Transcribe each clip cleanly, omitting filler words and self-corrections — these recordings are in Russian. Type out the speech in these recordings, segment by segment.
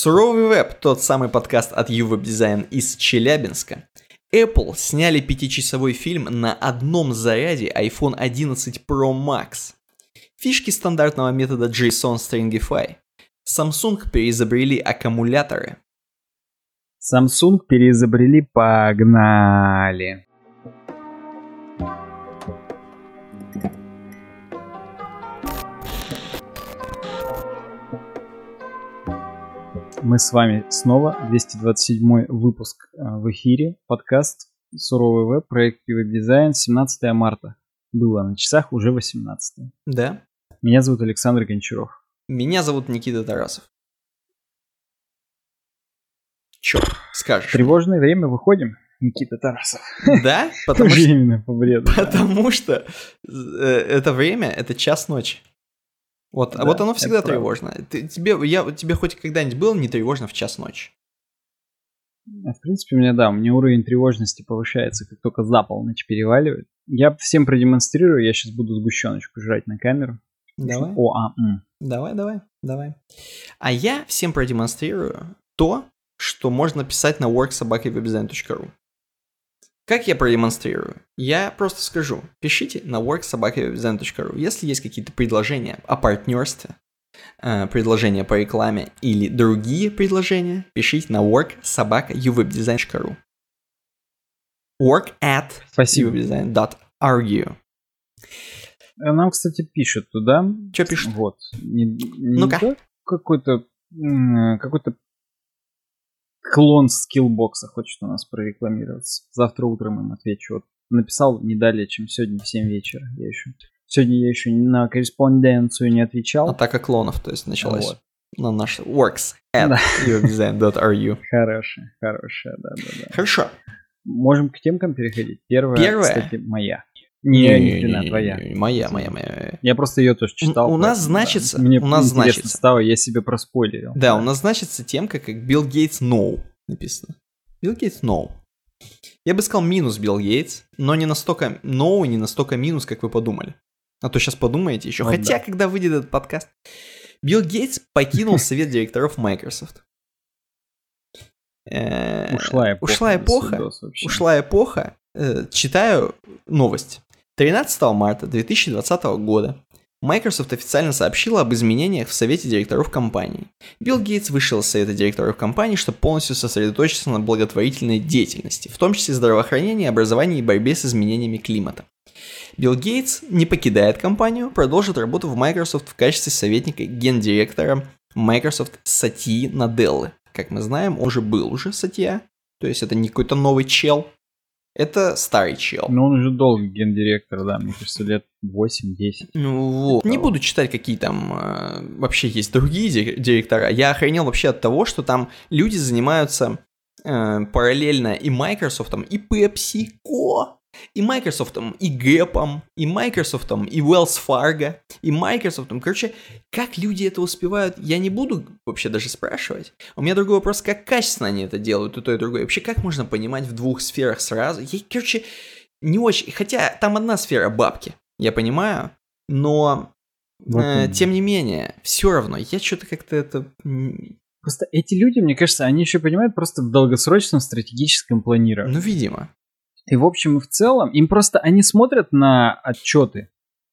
Суровый веб, тот самый подкаст от UWeb Design из Челябинска. Apple сняли 5-часовой фильм на одном заряде iPhone 11 Pro Max. Фишки стандартного метода JSON Stringify. Samsung переизобрели аккумуляторы. Samsung переизобрели, погнали. Мы с вами снова, 227 выпуск в эфире, подкаст «Суровый веб», проект UWeb Design, 17 марта. Было на часах уже 18. Да. Меня зовут Александр Гончаров. Меня зовут Никита Тарасов. Чё скажешь? Тревожное время, выходим, Никита Тарасов. Да? Потому что... именно по бреду. Потому что это время, это час ночи. Вот, да, вот оно всегда тревожно. Тебе хоть когда-нибудь было не тревожно в час ночи? В принципе, у меня уровень тревожности повышается, как только за полночь переваливает. Я всем продемонстрирую, я сейчас буду сгущеночку жрать на камеру. Давай. Давай. А я всем продемонстрирую то, что можно писать на work@webdesign.ru. Как я продемонстрирую? Я просто скажу, пишите на work@webdesign.ru. Если есть какие-то предложения о партнерстве, предложения по рекламе или другие предложения, пишите на work@uwebdesign.ru. work@uwebdesign.ru. Нам, кстати, пишут туда. Что пишут? Вот. Ну-ка. Какой-то клон скиллбокса хочет у нас прорекламироваться. Завтра утром им отвечу. Вот написал не далее, чем сегодня в 7 вечера. Сегодня я еще на корреспонденцию не отвечал. Атака клонов, то есть началась. Вот. На наш works@uwebdesign.ru. Хорошая, да. Хорошо. Можем к темкам переходить. Первая, кстати, моя. Не, твоя. Моя. Я просто ее тоже читал. У нас значится... Мне интересно стало, я себе проспойлерил. Да, у нас значится темка, как Билл Гейтс No написано. Билл Гейтс No. Я бы сказал минус Билл Гейтс, но не настолько no, не настолько минус, как вы подумали. А то сейчас подумаете еще. Вот хотя, когда выйдет этот подкаст... Билл Гейтс покинул совет директоров Microsoft. Ушла эпоха. Читаю новость. 13 марта 2020 года Microsoft официально сообщила об изменениях в совете директоров компании. Билл Гейтс вышел из совета директоров компании, чтобы полностью сосредоточиться на благотворительной деятельности, в том числе здравоохранении, образовании и борьбе с изменениями климата. Билл Гейтс не покидает компанию, продолжит работу в Microsoft в качестве советника гендиректора Microsoft Сатьи Наделлы. Как мы знаем, он же был Сатья, то есть это не какой-то новый чел. Это старый чел. Но он уже долго гендиректор, да, мне кажется, лет 8-10. Ну вот. Не буду читать, какие там вообще есть другие директора. Я охренел вообще от того, что там люди занимаются параллельно и Microsoft, и PepsiCo, и Microsoft, и Gap, и Microsoft, и Wells Fargo, и Microsoft. Короче, как люди это успевают, я не буду вообще даже спрашивать. У меня другой вопрос, как качественно они это делают, и то, и другое. Вообще, как можно понимать в двух сферах сразу? Я, короче, не очень... Хотя там одна сфера бабки, я понимаю, но тем не менее, все равно, я что-то как-то это... Просто эти люди, мне кажется, они еще понимают просто в долгосрочном стратегическом планировании. Ну, видимо. И в общем и в целом, им просто, они смотрят на отчеты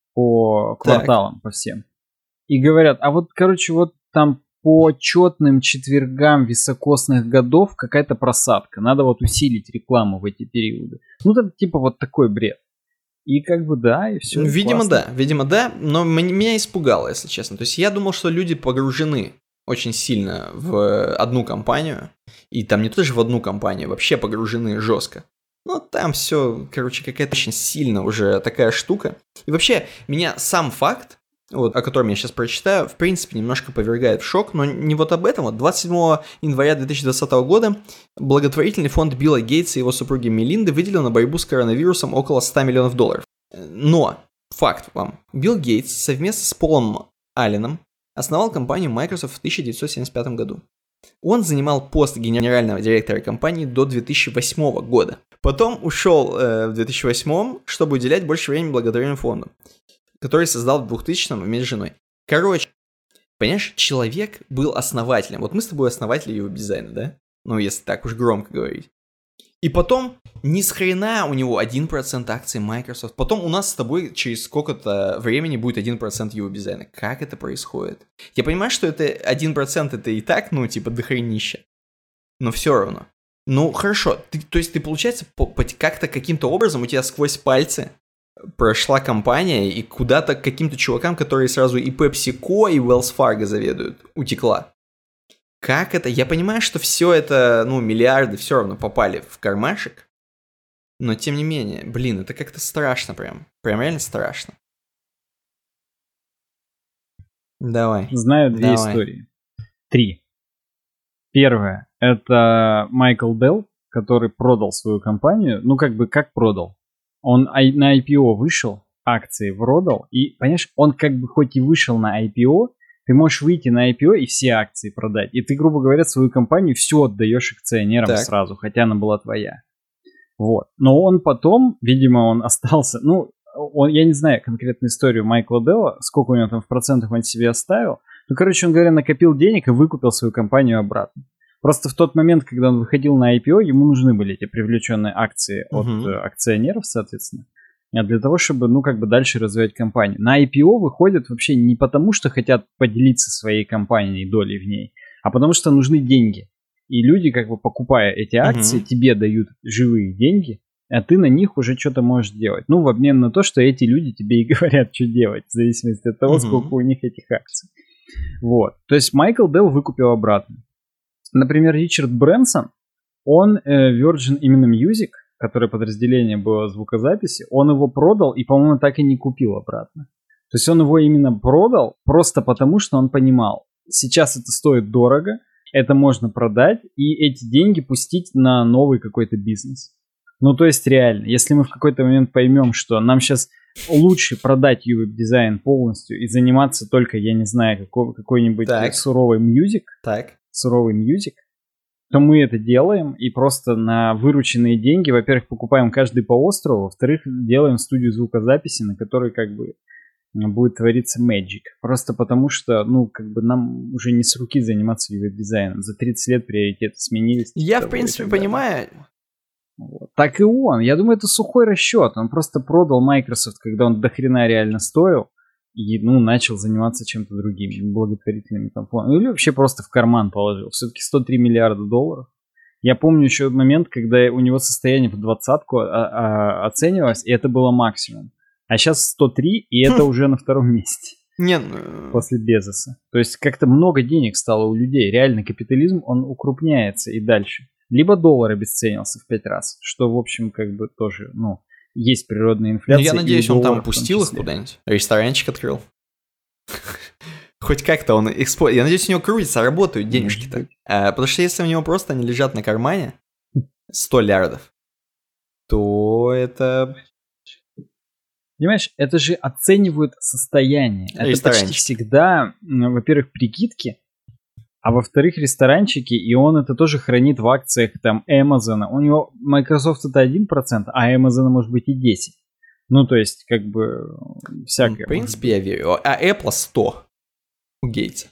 по кварталам, по всем, и говорят, а вот, короче, вот там по четным четвергам високосных годов какая-то просадка, надо вот усилить рекламу в эти периоды. Ну, это типа вот такой бред. И как бы да, и все. Видимо, да, но меня испугало, если честно. То есть я думал, что люди погружены очень сильно в одну компанию, и там не тоже в одну компанию, вообще погружены жестко. Ну, там все, короче, какая-то очень сильно уже такая штука. И вообще, меня сам факт, вот, о котором я сейчас прочитаю, в принципе, немножко повергает в шок, но не вот об этом. Вот 27 января 2020 года благотворительный фонд Билла Гейтса и его супруги Мелинды выделил на борьбу с коронавирусом около $100 миллионов. Но, факт вам, Билл Гейтс совместно с Полом Алленом основал компанию Microsoft в 1975 году. Он занимал пост генерального директора компании до 2008 года. Потом ушел в 2008, чтобы уделять больше времени благотворительному фонду, который создал в 2000-м вместе с женой. Короче, Понимаешь, человек был основателем. Вот мы с тобой основатели его дизайна, да? Ну, если так уж громко говорить. И потом, ни с хрена у него 1% акций Microsoft. Потом у нас с тобой через сколько-то времени будет 1% его дизайна. Как это происходит? Я понимаю, что это 1% это и так, ну, типа, дохренища. Но все равно. Ну, хорошо. То есть ты, получается, как-то каким-то образом у тебя сквозь пальцы прошла компания и куда-то к каким-то чувакам, которые сразу и PepsiCo, и Wells Fargo заведуют, утекла. Как это? Я понимаю, что все это, ну, миллиарды все равно попали в кармашек, но тем не менее, блин, это как-то страшно прям. Прям реально страшно. Давай. Знаю две истории. 3. Первая. Это Майкл Делл, который продал свою компанию. Ну, как продал? Он на IPO вышел, акции продал, и, понимаешь, он как бы хоть и вышел на IPO, ты можешь выйти на IPO и все акции продать. И ты, грубо говоря, свою компанию все отдаешь акционерам сразу, хотя она была твоя. Вот. Но он потом, видимо, он остался... Ну, я не знаю конкретную историю Майкла Делла, сколько у него там в процентах он себе оставил. Ну, короче, он, говоря, накопил денег и выкупил свою компанию обратно. Просто в тот момент, когда он выходил на IPO, ему нужны были эти привлеченные акции от акционеров, соответственно. А для того, чтобы, ну, как бы дальше развивать компанию. На IPO выходят вообще не потому, что хотят поделиться своей компанией, долей в ней, а потому что нужны деньги. И люди, как бы покупая эти акции, тебе дают живые деньги, а ты на них уже что-то можешь делать. Ну, в обмен на то, что эти люди тебе и говорят, что делать, в зависимости от того, сколько у них этих акций. Вот. То есть Майкл Делл выкупил обратно. Например, Ричард Брэнсон, он Virgin именно Music, которое подразделение было звукозаписи, он его продал и, по-моему, так и не купил обратно. То есть он его именно продал просто потому, что он понимал, сейчас это стоит дорого, это можно продать и эти деньги пустить на новый какой-то бизнес. Ну, то есть реально, если мы в какой-то момент поймем, что нам сейчас лучше продать UI-дизайн полностью и заниматься только, я не знаю, какой-нибудь суровый мьюзик, то мы это делаем и просто на вырученные деньги, во-первых, покупаем каждый по острову, во-вторых, делаем студию звукозаписи, на которой как бы будет твориться magic. Просто потому что, ну, как бы нам уже не с руки заниматься веб-дизайном. За 30 лет приоритеты сменились. Я, в принципе, понимаю. Вот. Так и он. Я думаю, это сухой расчет. Он просто продал Microsoft, когда он до хрена реально стоил, и, ну, начал заниматься чем-то другим, благотворительными там планами. Или вообще просто в карман положил. Все-таки 103 миллиарда долларов. Я помню еще момент, когда у него состояние в 20-ку оценивалось, и это было максимум. А сейчас 103, и это уже на втором месте. После Безоса. То есть как-то много денег стало у людей. Реально капитализм, он укрупняется и дальше. Либо доллар обесценился в 5 раз, что, в общем, как бы тоже, ну, есть природная инфляция. Ну, я надеюсь, он там пустил их куда-нибудь. Ресторанчик открыл. Хоть как-то он эксплуатирует. Я надеюсь, у него крутится, работают денежки-то. Потому что если у него просто они лежат на кармане, 100 лярдов, то это... Понимаешь, это же оценивают состояние. Это почти всегда, во-первых, прикидки, а во-вторых, ресторанчики, и он это тоже хранит в акциях там Amazon. У него Microsoft это 1%, а Amazon может быть и 10%. Ну, то есть, как бы, всякое. В принципе, я верю. А Apple 100 у Гейтса.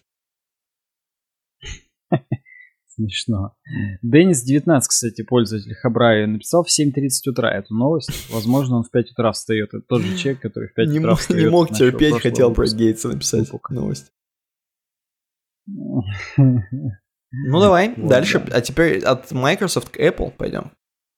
Смешно. Денис 19, кстати, пользователь Хабра, написал в 7:30 утра эту новость. Возможно, он в 5 утра встает. Это тот же человек, который в 5 утра встает. Не мог терпеть, хотел про Гейтса написать новость. Ну давай, вот, дальше. Да. А теперь от Microsoft к Apple пойдем.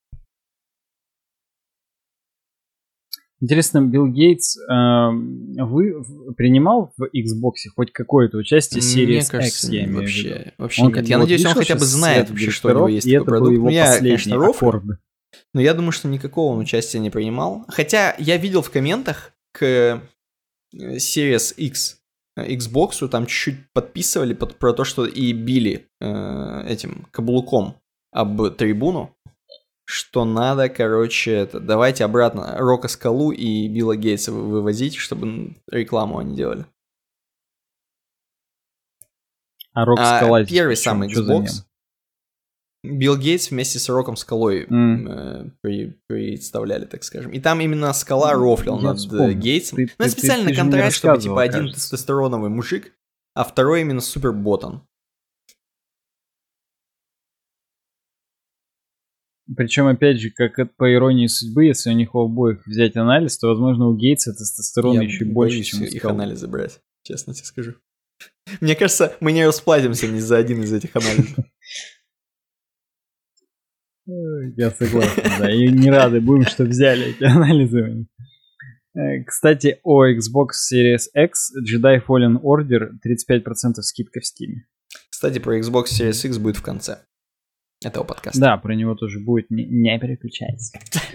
Интересно, Билл Гейтс принимал в Xbox хоть какое-то участие Series X, я имею в виду? Вообще нет. Я надеюсь, он хотя бы знает вообще, что у него есть такой продукт. Ну, я, конечно, рофлю, но я думаю, что никакого он участия не принимал. Хотя я видел в комментах к Series X Xbox там чуть-чуть подписывали про то, что и били этим каблуком об трибуну, что надо, короче, давайте обратно Рока Скалу и Билла Гейтса вывозить, чтобы рекламу они делали. А Рок Скала первый самый Xbox Билл Гейтс вместе с Роком Скалой представляли, так скажем. И там именно Скала рофлил над Гейтсом. Ну, специально на контракт, чтобы типа один тестостероновый мужик а второй именно Супер Ботан. Причем, опять же, как это по иронии судьбы, если у них у обоих взять анализ, то, возможно, у Гейтса тестостерона еще больше, чем у их анализы брать, честно тебе скажу. Мне кажется, мы не расплатимся ни за один из этих анализов. Я согласен, да. И не рады будем, что взяли эти анализы. Кстати, о Xbox Series X Jedi Fallen Order 35% скидка в Steam. Кстати, про Xbox Series X будет в конце этого подкаста. Да, про него тоже будет. Не переключайтесь.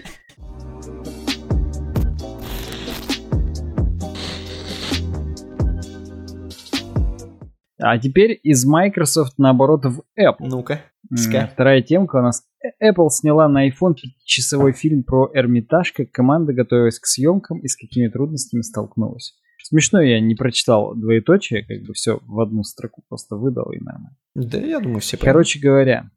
А теперь из Microsoft, наоборот, в Apple. Ну-ка. Вторая темка у нас. Apple сняла на iPhone 5-часовой фильм про Эрмитаж, как команда готовилась к съемкам и с какими трудностями столкнулась. Смешно, я не прочитал двоеточие, как бы все в одну строку просто выдал и нормально. Да, я думаю, все понимают. Короче говоря,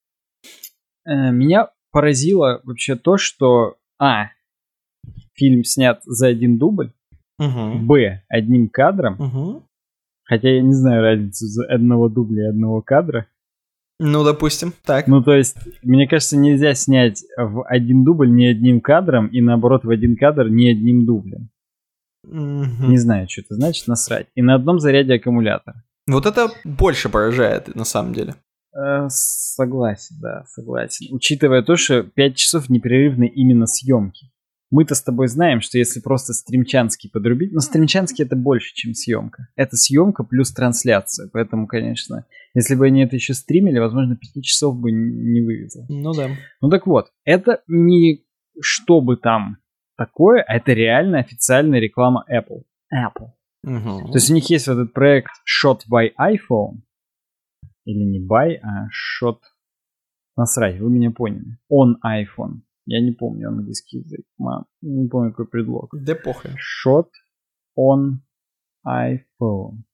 меня поразило вообще то, что фильм снят за один дубль, одним кадром, хотя я не знаю разницу за одного дубля и одного кадра. Ну, допустим, так. Ну, то есть, мне кажется, нельзя снять в один дубль не одним кадром, и наоборот в один кадр не одним дублем. Не знаю, что это значит, насрать. И на одном заряде аккумулятор. Вот это больше поражает, на самом деле. Согласен, да, согласен. Учитывая то, что 5 часов непрерывной именно съемки. Мы-то с тобой знаем, что если просто стримчанский подрубить... Но стримчанский это больше, чем съемка. Это съемка плюс трансляция. Поэтому, конечно, если бы они это еще стримили, возможно, 5 часов бы не вывезло. Ну да. Ну так вот, это не что бы там такое, а это реально официальная реклама Apple. То есть у них есть вот этот проект Shot by iPhone. Или не by, а Shot... Насрать, вы меня поняли. On iPhone. Я не помню английский язык. Не помню, какой предлог. Да похуй. Shot on iPhone.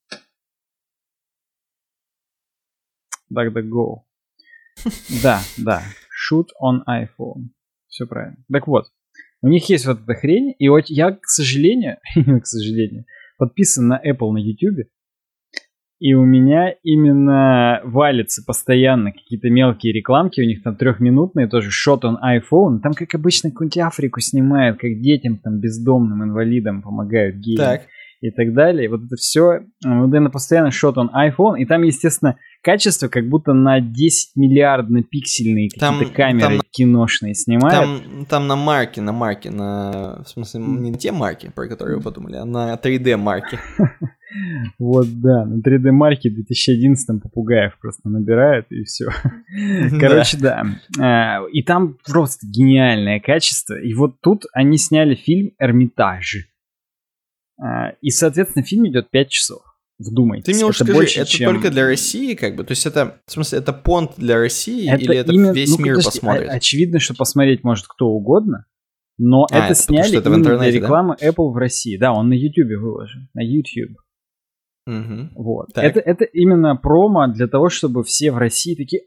DuckDuckGo. Да. Shoot on iPhone. Все правильно. Так вот. У них есть вот эта хрень. И вот я, к сожалению, подписан на Apple на YouTube. И у меня именно валятся постоянно какие-то мелкие рекламки, у них там 3-минутные, тоже Shot on iPhone. Там, как обычно, какую-нибудь Африку снимают, как детям, там, бездомным, инвалидам помогают, геям и так далее. И вот это все, наверное, постоянно Shot on iPhone. И там, естественно, качество как будно на 10 миллиардно пиксельные какие-то камеры киношные снимают. Там на марке, в смысле, не те марки, про которые вы подумали, а на 3D марки. Вот, да, на 3D марке в 2011 попугаев просто набирают и все. Короче, да. И там просто гениальное качество. И вот тут они сняли фильм «Эрмитаж». И, соответственно, фильм идет 5 часов. Вдумайтесь. Ты мне уже скажи, больше, это только для России, как бы? То есть это, в смысле, это понт для России или это весь мир посмотрит? Очевидно, что посмотреть может кто угодно, но это сняли это в интернете, для рекламы Apple в России. Да, он на YouTube выложен, на YouTube. Вот. Это именно промо для того, чтобы все в России такие: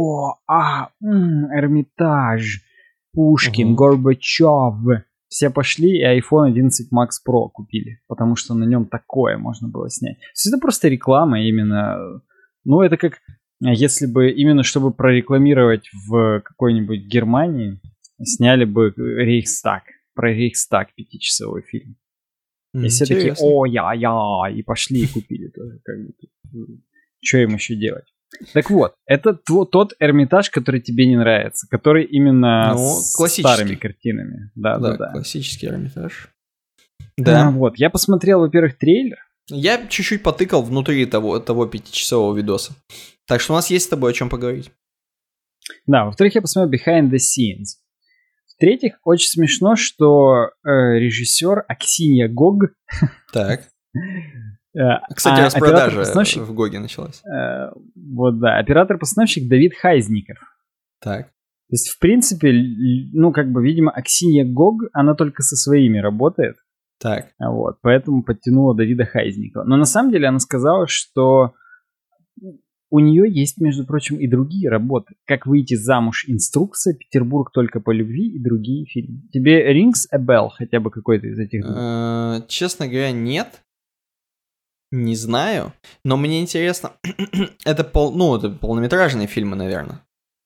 Эрмитаж, Пушкин, Горбачев. Все пошли и iPhone 11 Max Pro купили, потому что на нем такое можно было снять. То есть это просто реклама именно. Ну, это как если бы именно чтобы прорекламировать в какой-нибудь Германии, сняли бы Рейхстаг, про Рейхстаг 5-часовой фильм. И все такие: и пошли и купили тоже. Как бы, что им еще делать? Так вот, это тот Эрмитаж, который тебе не нравится, который именно с старыми картинами. Да. Классический Эрмитаж. Да. Вот, я посмотрел, во-первых, трейлер. Я чуть-чуть потыкал внутри того 5-часового видоса. Так что у нас есть с тобой о чем поговорить. Да, во-вторых, я посмотрел Behind the Scenes. В-третьих, очень смешно, что режиссер Аксинья Гог. Так. Кстати, распродажа в Гоге началась. Вот, да. Оператор-постановщик Давид Хайзников. Так. То есть, в принципе, ну, как бы, видимо, Аксинья Гог, она только со своими работает. Так. Вот, поэтому подтянула Давида Хайзникова. Но на самом деле она сказала, что у нее есть, между прочим, и другие работы. «Как выйти замуж. Инструкция», «Петербург только по любви» и другие фильмы. Тебе rings a bell хотя бы какой-то из этих двух? Честно говоря, нет. Не знаю, но мне интересно, это полнометражные фильмы, наверное.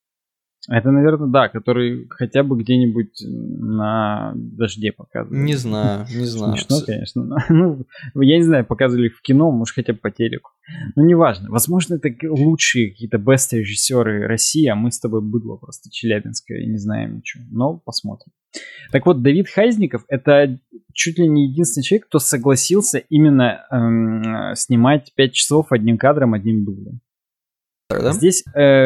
Это, наверное, да, который хотя бы где-нибудь на дожде показывали. Не знаю. Смешно, конечно. Ну, я не знаю, показывали их в кино, может, хотя бы по телеку. Ну, неважно. Возможно, это лучшие какие-то best режиссеры России, а мы с тобой быдло просто челябинское и не знаем ничего. Но посмотрим. Так вот, Давид Хайзников — это чуть ли не единственный человек, кто согласился именно снимать 5 часов одним кадром, одним дублем. Да? Здесь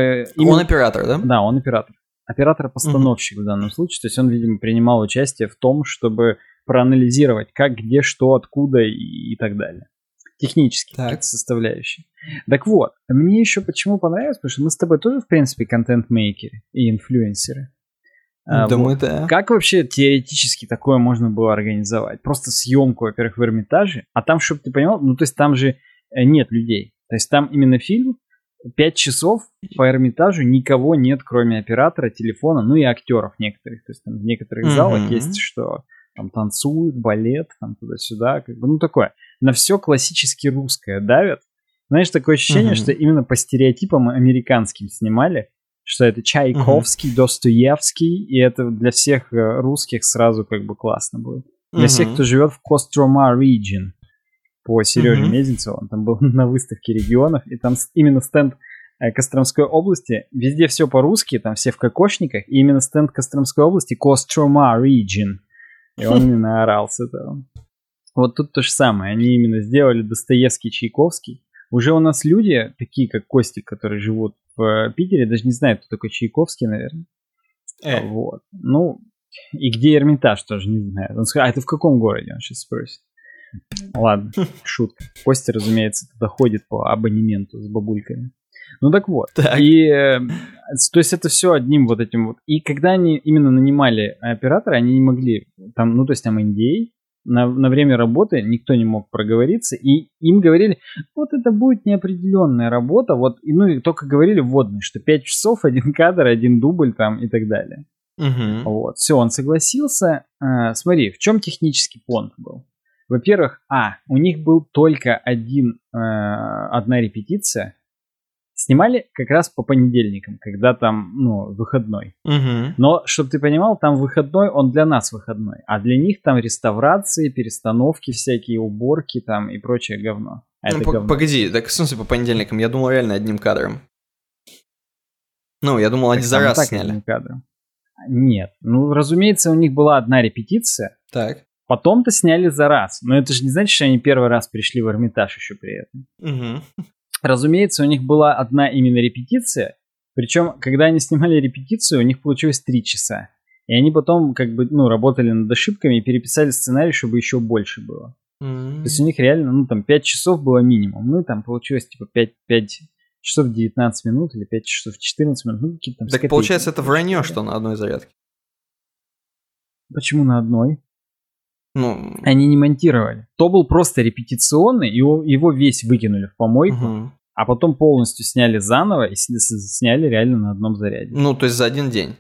он оператор, да? Да, он оператор. Оператор-постановщик в данном случае. То есть он, видимо, принимал участие в том, чтобы проанализировать, как, где, что, откуда и так далее. Технически, составляющие. Так вот, мне еще почему понравилось, потому что мы с тобой тоже, в принципе, контент-мейкеры и инфлюенсеры. Думаю, да. Как вообще теоретически такое можно было организовать? Просто съемку, во-первых, в Эрмитаже, а там, чтобы ты понимал, ну, то есть там же нет людей. То есть там именно фильм, 5 часов по Эрмитажу никого нет, кроме оператора, телефона, ну и актеров некоторых. То есть там в некоторых залах есть, что там танцуют, балет, там туда-сюда, как бы, ну такое. На все классически русское давят. Знаешь, такое ощущение, что именно по стереотипам американским снимали, что это Чайковский, Достоевский, и это для всех русских сразу как бы классно будет. Для всех, кто живет в Кострома Region. По Сереже Мезенцеву, он там был на выставке регионов, и там именно стенд Костромской области, везде все по-русски, там все в кокошниках, и именно стенд Костромской области Кострома Region, и он именно орал с этого. Вот тут то же самое, они именно сделали Достоевский, Чайковский. Уже у нас люди, такие как Костик, которые живут в Питере, даже не знают, кто такой Чайковский, наверное. Вот. Ну, и где Эрмитаж, тоже не знаю. Он скажет, а это в каком городе? Он сейчас спросит. Ладно, шутка. Костя, разумеется, туда ходит по абонементу с бабульками. Ну так вот. Так. И то есть это все одним вот этим вот. И когда они именно нанимали оператора, они не могли там, ну то есть там NDA, на время работы никто не мог проговориться, и им говорили, вот это будет неопределенная работа, вот, и, ну и только говорили вводные, что 5 часов, один кадр, один дубль там и так далее. Вот, все, он согласился. Смотри, в чем технический понт был? Во-первых, у них был только одна репетиция. Снимали как раз по понедельникам, когда там, ну, выходной. Но, чтобы ты понимал, там выходной, он для нас выходной. А для них там реставрации, перестановки всякие, уборки там и прочее говно. Погоди, так в смысле по понедельникам? Я думал реально одним кадром. Ну, я думал, они за раз сняли. Одним кадром. Нет. Ну, разумеется, у них была одна репетиция. Так. Потом-то сняли за раз. Но это же не значит, что они первый раз пришли в Эрмитаж еще при этом. Разумеется, у них была одна именно репетиция. Причем, когда они снимали репетицию, у них получилось 3 часа. И они потом как бы, ну, работали над ошибками и переписали сценарий, чтобы еще больше было. То есть у них реально, ну, там 5 часов было минимум. Ну, и там получилось типа 5 часов 19 минут или 5 часов 14 минут. Ну, какие-то там так получается, это вранье, что на одной зарядке. Почему на одной? Ну, они не монтировали. То был просто репетиционный, его весь выкинули в помойку, а потом полностью сняли заново и сняли реально на одном заряде. Ну, то есть за один день.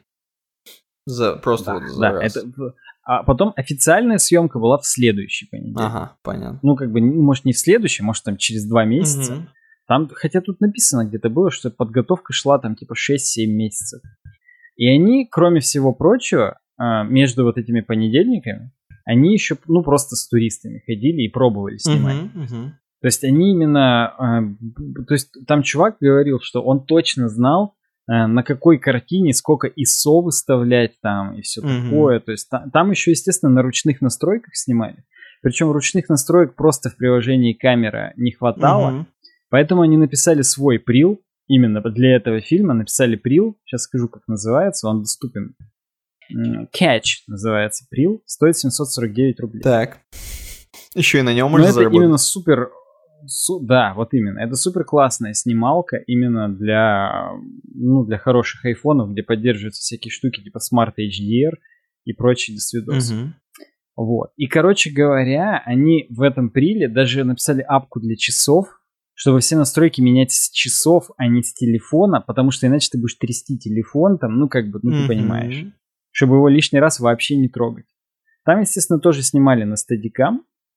Просто за раз. А потом официальная съемка была в следующий понедельник. Ага, понятно. Ну, как бы, может, не в следующий, может, там через 2 месяца. Там, хотя тут написано где-то было, что подготовка шла там типа 6-7 месяцев. И они, кроме всего прочего, между вот этими понедельниками, они еще, ну, просто с туристами ходили и пробовали снимать. То есть они именно... то есть там чувак говорил, что он точно знал, на какой картине сколько ISO выставлять там и все такое. То есть там еще, естественно, на ручных настройках снимали. Причем ручных настроек просто в приложении камера не хватало. Поэтому они написали свой прил. Именно для этого фильма написали прил. Сейчас скажу, как называется. Он доступен. Catch называется прил, стоит 749 рублей. Так. Еще и на нем можно заработать. Это именно супер... да, вот именно. Это супер классная снималка именно для хороших айфонов, где поддерживаются всякие штуки типа Smart HDR и прочие досвидосы. Вот. И, короче говоря, они в этом приле даже написали апку для часов, чтобы все настройки менять с часов, а не с телефона, потому что иначе ты будешь трясти телефон там, ну как бы, ну ты понимаешь. Чтобы его лишний раз вообще не трогать. Там, естественно, тоже снимали на Steadicam.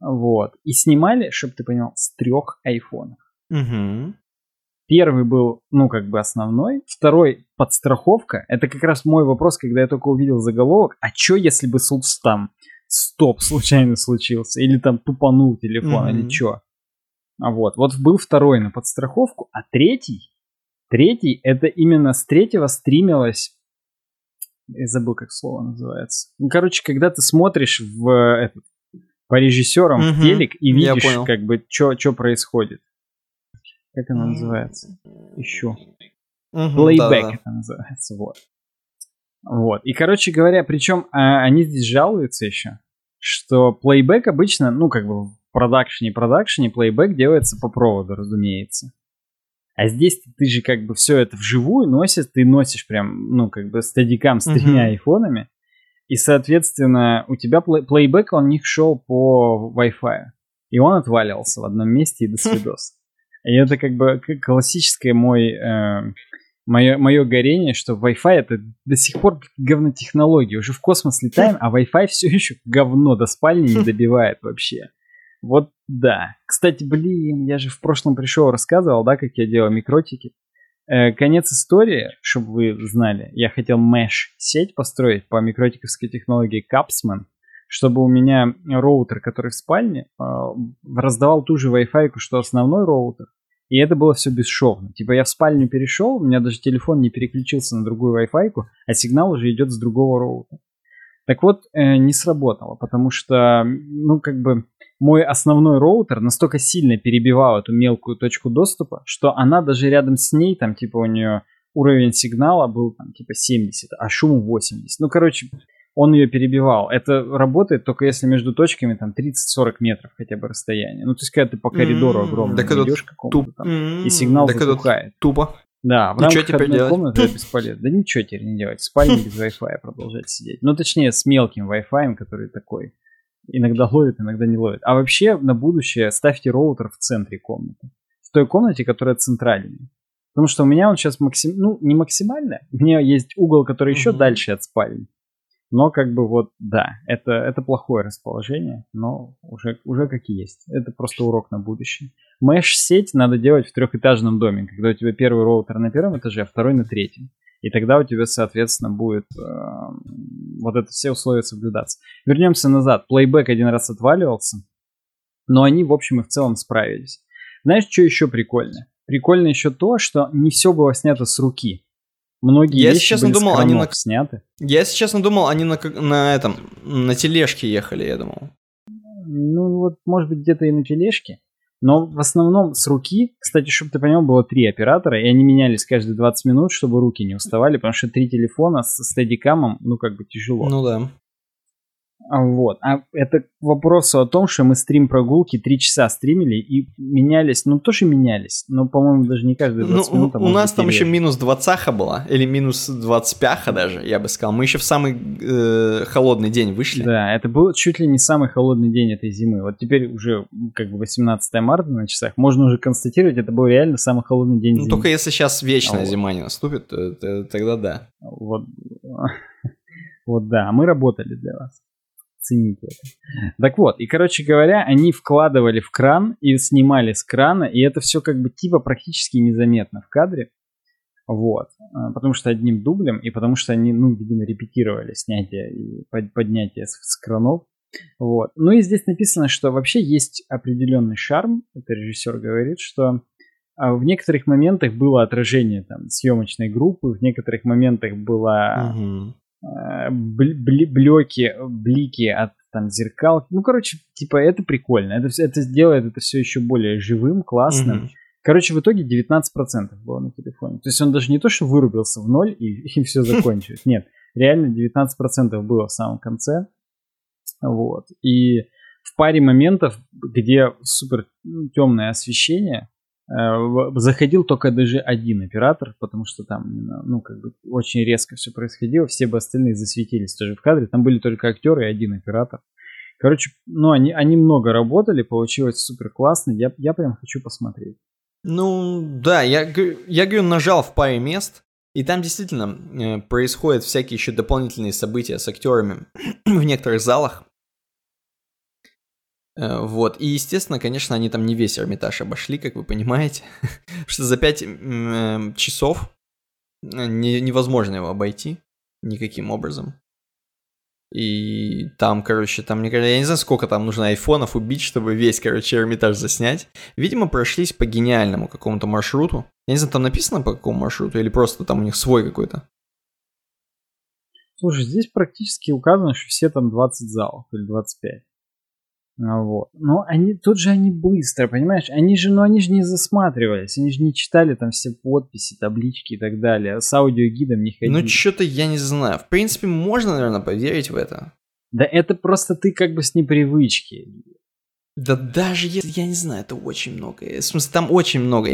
Вот. И снимали, чтобы ты понимал, с 3 айфонов. Угу. Первый был, ну, как бы основной. Второй — подстраховка. Это как раз мой вопрос, когда я только увидел заголовок. А чё, если бы там стоп случайно случился? Или там тупанул телефон, или чё? Вот был второй на подстраховку. А третий, это именно с третьего стримилось... Я забыл, как слово называется. Ну, короче, когда ты смотришь по режиссерам в телек и видишь, как бы, что происходит. Как она называется? Еще. Плейбэк это называется, вот. И, короче говоря, причем они здесь жалуются еще, что плейбэк обычно, ну, как бы в продакшене плейбэк делается по проводу, разумеется. А здесь ты же как бы все это вживую ты носишь прям, ну, как бы стадикам с 3 айфонами, и, соответственно, у тебя плейбэк, он у них шел по Wi-Fi, и он отваливался в одном месте, и до свидос. И это как бы классическое мое горение, что Wi-Fi это до сих пор говнотехнология. Уже в космос летаем, а Wi-Fi все еще говно до спальни не добивает вообще. Вот да. Кстати, я же в прошлом рассказывал, да, как я делал микротики. Конец истории, чтобы вы знали, я хотел mesh-сеть построить по микротиковской технологии Capsman, чтобы у меня роутер, который в спальне, раздавал ту же Wi-Fi, что основной роутер, и это было все бесшовно. Типа я в спальню перешел, у меня даже телефон не переключился на другую Wi-Fi, а сигнал уже идет с другого роутера. Так вот, не сработало, потому что, ну, как бы, мой основной роутер настолько сильно перебивал эту мелкую точку доступа, что она даже рядом с ней, там, типа, у нее уровень сигнала был, там, типа, 70, а шум 80. Ну, короче, он ее перебивал. Это работает только если между точками, там, 30-40 метров хотя бы расстояние. Ну, то есть, когда ты по коридору огромному идешь какому-то там, и сигнал затухает. Тупо. Да, в рамках одной комнаты это бесполезно. Да ничего теперь не делать. В спальне без Wi-Fi продолжать сидеть. Ну, точнее, с мелким Wi-Fi, который такой иногда ловит, иногда не ловит. А вообще, на будущее ставьте роутер в центре комнаты. В той комнате, которая центральная. Потому что у меня он сейчас не максимально. У меня есть угол, который еще дальше от спальни. Но как бы вот, да, это плохое расположение, но уже как и есть. Это просто урок на будущее. Mesh-сеть надо делать в 3-этажном доме, когда у тебя первый роутер на 1 этаже, а второй на 3. И тогда у тебя, соответственно, будет вот это все условия соблюдаться. Вернемся назад. Playback один раз отваливался, но они, в общем и в целом, справились. Знаешь, что еще прикольно? Прикольно еще то, что не все было снято с руки. Многие вещи были с кранов сняты. Я, если честно, думал, они на тележке ехали, я думал. Ну, вот, может быть, где-то и на тележке. Но в основном с руки, кстати, чтобы ты понял, было 3 оператора, и они менялись каждые 20 минут, чтобы руки не уставали, потому что 3 телефона с стедикамом, ну, как бы тяжело. Ну да. Вот. А это к вопросу о том, что мы стрим-прогулки 3 часа стримили и менялись, ну тоже менялись, но, по-моему, даже не каждые 20 минут. У нас там еще минус 20 была, или минус 25 даже, я бы сказал. Мы еще в самый холодный день вышли. Да, это был чуть ли не самый холодный день этой зимы. Вот теперь уже как бы 18 марта на часах, можно уже констатировать, это был реально самый холодный день зимы. Только если сейчас вечная зима не наступит, тогда да. Вот да, мы работали для вас. Цените это. Так вот, и, короче говоря, они вкладывали в кран и снимали с крана, и это все как бы типа практически незаметно в кадре. Вот. Потому что одним дублем, и потому что они, ну, видимо, репетировали снятие и поднятие с кранов. Вот. Ну и здесь написано, что вообще есть определенный шарм. Это режиссер говорит, что в некоторых моментах было отражение там съемочной группы, в некоторых моментах было... блики от там зеркал. Ну, короче, типа, это прикольно. Это сделает это все еще более живым, классным. Короче, в итоге 19% было на телефоне. То есть он даже не то, что вырубился в ноль и все закончилось. Нет, реально 19% было в самом конце. Вот. И в паре моментов, где супер темное освещение, заходил только даже один оператор, потому что там, ну, как бы очень резко все происходило, все бы остальные засветились тоже в кадре, там были только актеры и один оператор. Короче, ну, они много работали, получилось супер классно, я прям хочу посмотреть. Ну, да, я говорю, нажал в паре мест, и там действительно происходят всякие еще дополнительные события с актерами в некоторых залах. Вот, и, естественно, конечно, они там не весь Эрмитаж обошли, как вы понимаете, что за 5 часов невозможно его обойти никаким образом. И там, короче, я не знаю, сколько там нужно айфонов убить, чтобы весь, короче, Эрмитаж заснять. Видимо, прошлись по гениальному какому-то маршруту. Я не знаю, там написано по какому маршруту, или просто там у них свой какой-то. Слушай, здесь практически указано, что все там 20 залов, или 25. Вот. Но тут же они быстро, понимаешь? Они же не засматривались, они же не читали там все подписи, таблички и так далее. С аудиогидом не ходили. Ну, что-то я не знаю. В принципе, можно, наверное, поверить в это. Да это просто ты как бы с непривычки. Да даже если, я не знаю, это очень много. В смысле, там очень много.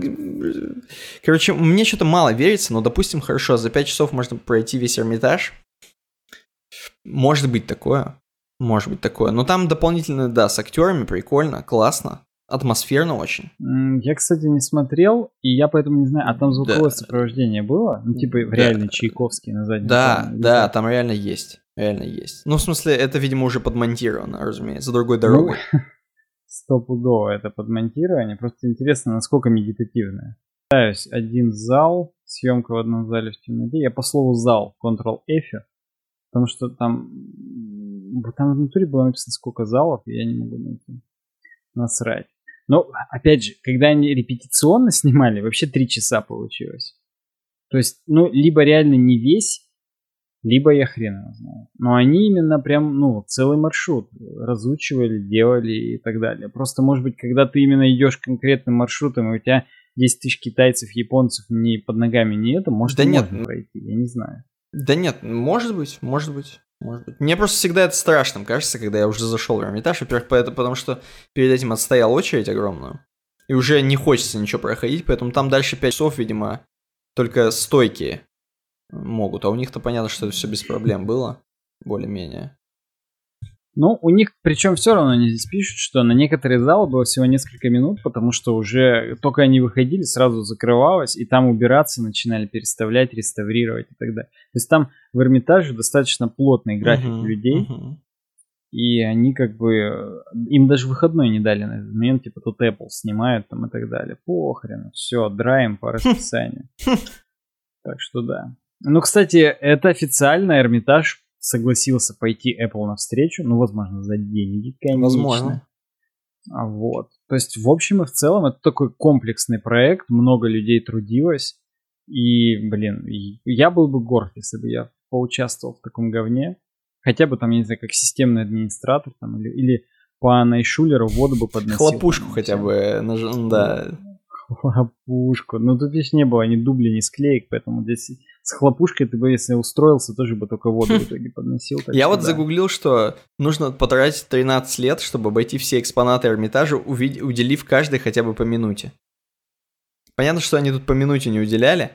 Короче, мне что-то мало верится, но, допустим, хорошо, за 5 часов можно пройти весь Эрмитаж. Может быть такое. Может быть такое. Но там дополнительно, да, с актерами прикольно, классно, атмосферно очень. Я, кстати, не смотрел, и я поэтому не знаю. А там звуковое сопровождение было? Ну, типа, реально Чайковский на заднем плане? Да, там реально есть. Реально есть. Ну, в смысле, это, видимо, уже подмонтировано, разумеется, другой дорогой. Стопудово это подмонтирование. Просто интересно, насколько медитативное. Пытаюсь один зал, съемка в одном зале в темноте. Я по слову зал Ctrl-F, потому что там внутри было написано, сколько залов, и я не могу найти. Насрать. Но, опять же, когда они репетиционно снимали, вообще 3 часа получилось. То есть, либо реально не весь, либо я хрен его знаю. Но они именно прям, целый маршрут разучивали, делали и так далее. Просто, может быть, когда ты именно идешь конкретным маршрутом, и у тебя 10 тысяч китайцев, японцев не под ногами не это, может, да можно пройти, я не знаю. Да нет, может быть. Мне просто всегда это страшным кажется, когда я уже зашел в Эрмитаж. Во-первых, потому что перед этим отстоял очередь огромную. И уже не хочется ничего проходить, поэтому там дальше 5 часов, видимо, только стойкие могут. А у них-то понятно, что это все без проблем было, более-менее. У них, причем все равно они здесь пишут, что на некоторые залы было всего несколько минут, потому что уже только они выходили, сразу закрывалось, и там убираться начинали, переставлять, реставрировать и так далее. То есть там в Эрмитаже достаточно плотный график людей, и они как бы... Им даже выходной не дали на этот момент, типа тут Apple снимают там и так далее. Похрен, все, драем по расписанию. Так что да. Кстати, это официально Эрмитаж согласился пойти Apple навстречу, возможно, за деньги, конечно. Возможно. Вот. То есть, в общем и в целом, это такой комплексный проект, много людей трудилось, и, я был бы горд, если бы я поучаствовал в таком говне, хотя бы там, я не знаю, как системный администратор, там, или по Найшулеру воду бы подносил. Хлопушку там, хотя бы, да. Хлопушку. Тут здесь не было ни дублей, ни склеек, поэтому здесь с хлопушкой ты бы, если устроился, тоже бы только воду в итоге подносил. Я вот загуглил, что нужно потратить 13 лет, чтобы обойти все экспонаты Эрмитажа, уделив каждой хотя бы по минуте. Понятно, что они тут по минуте не уделяли.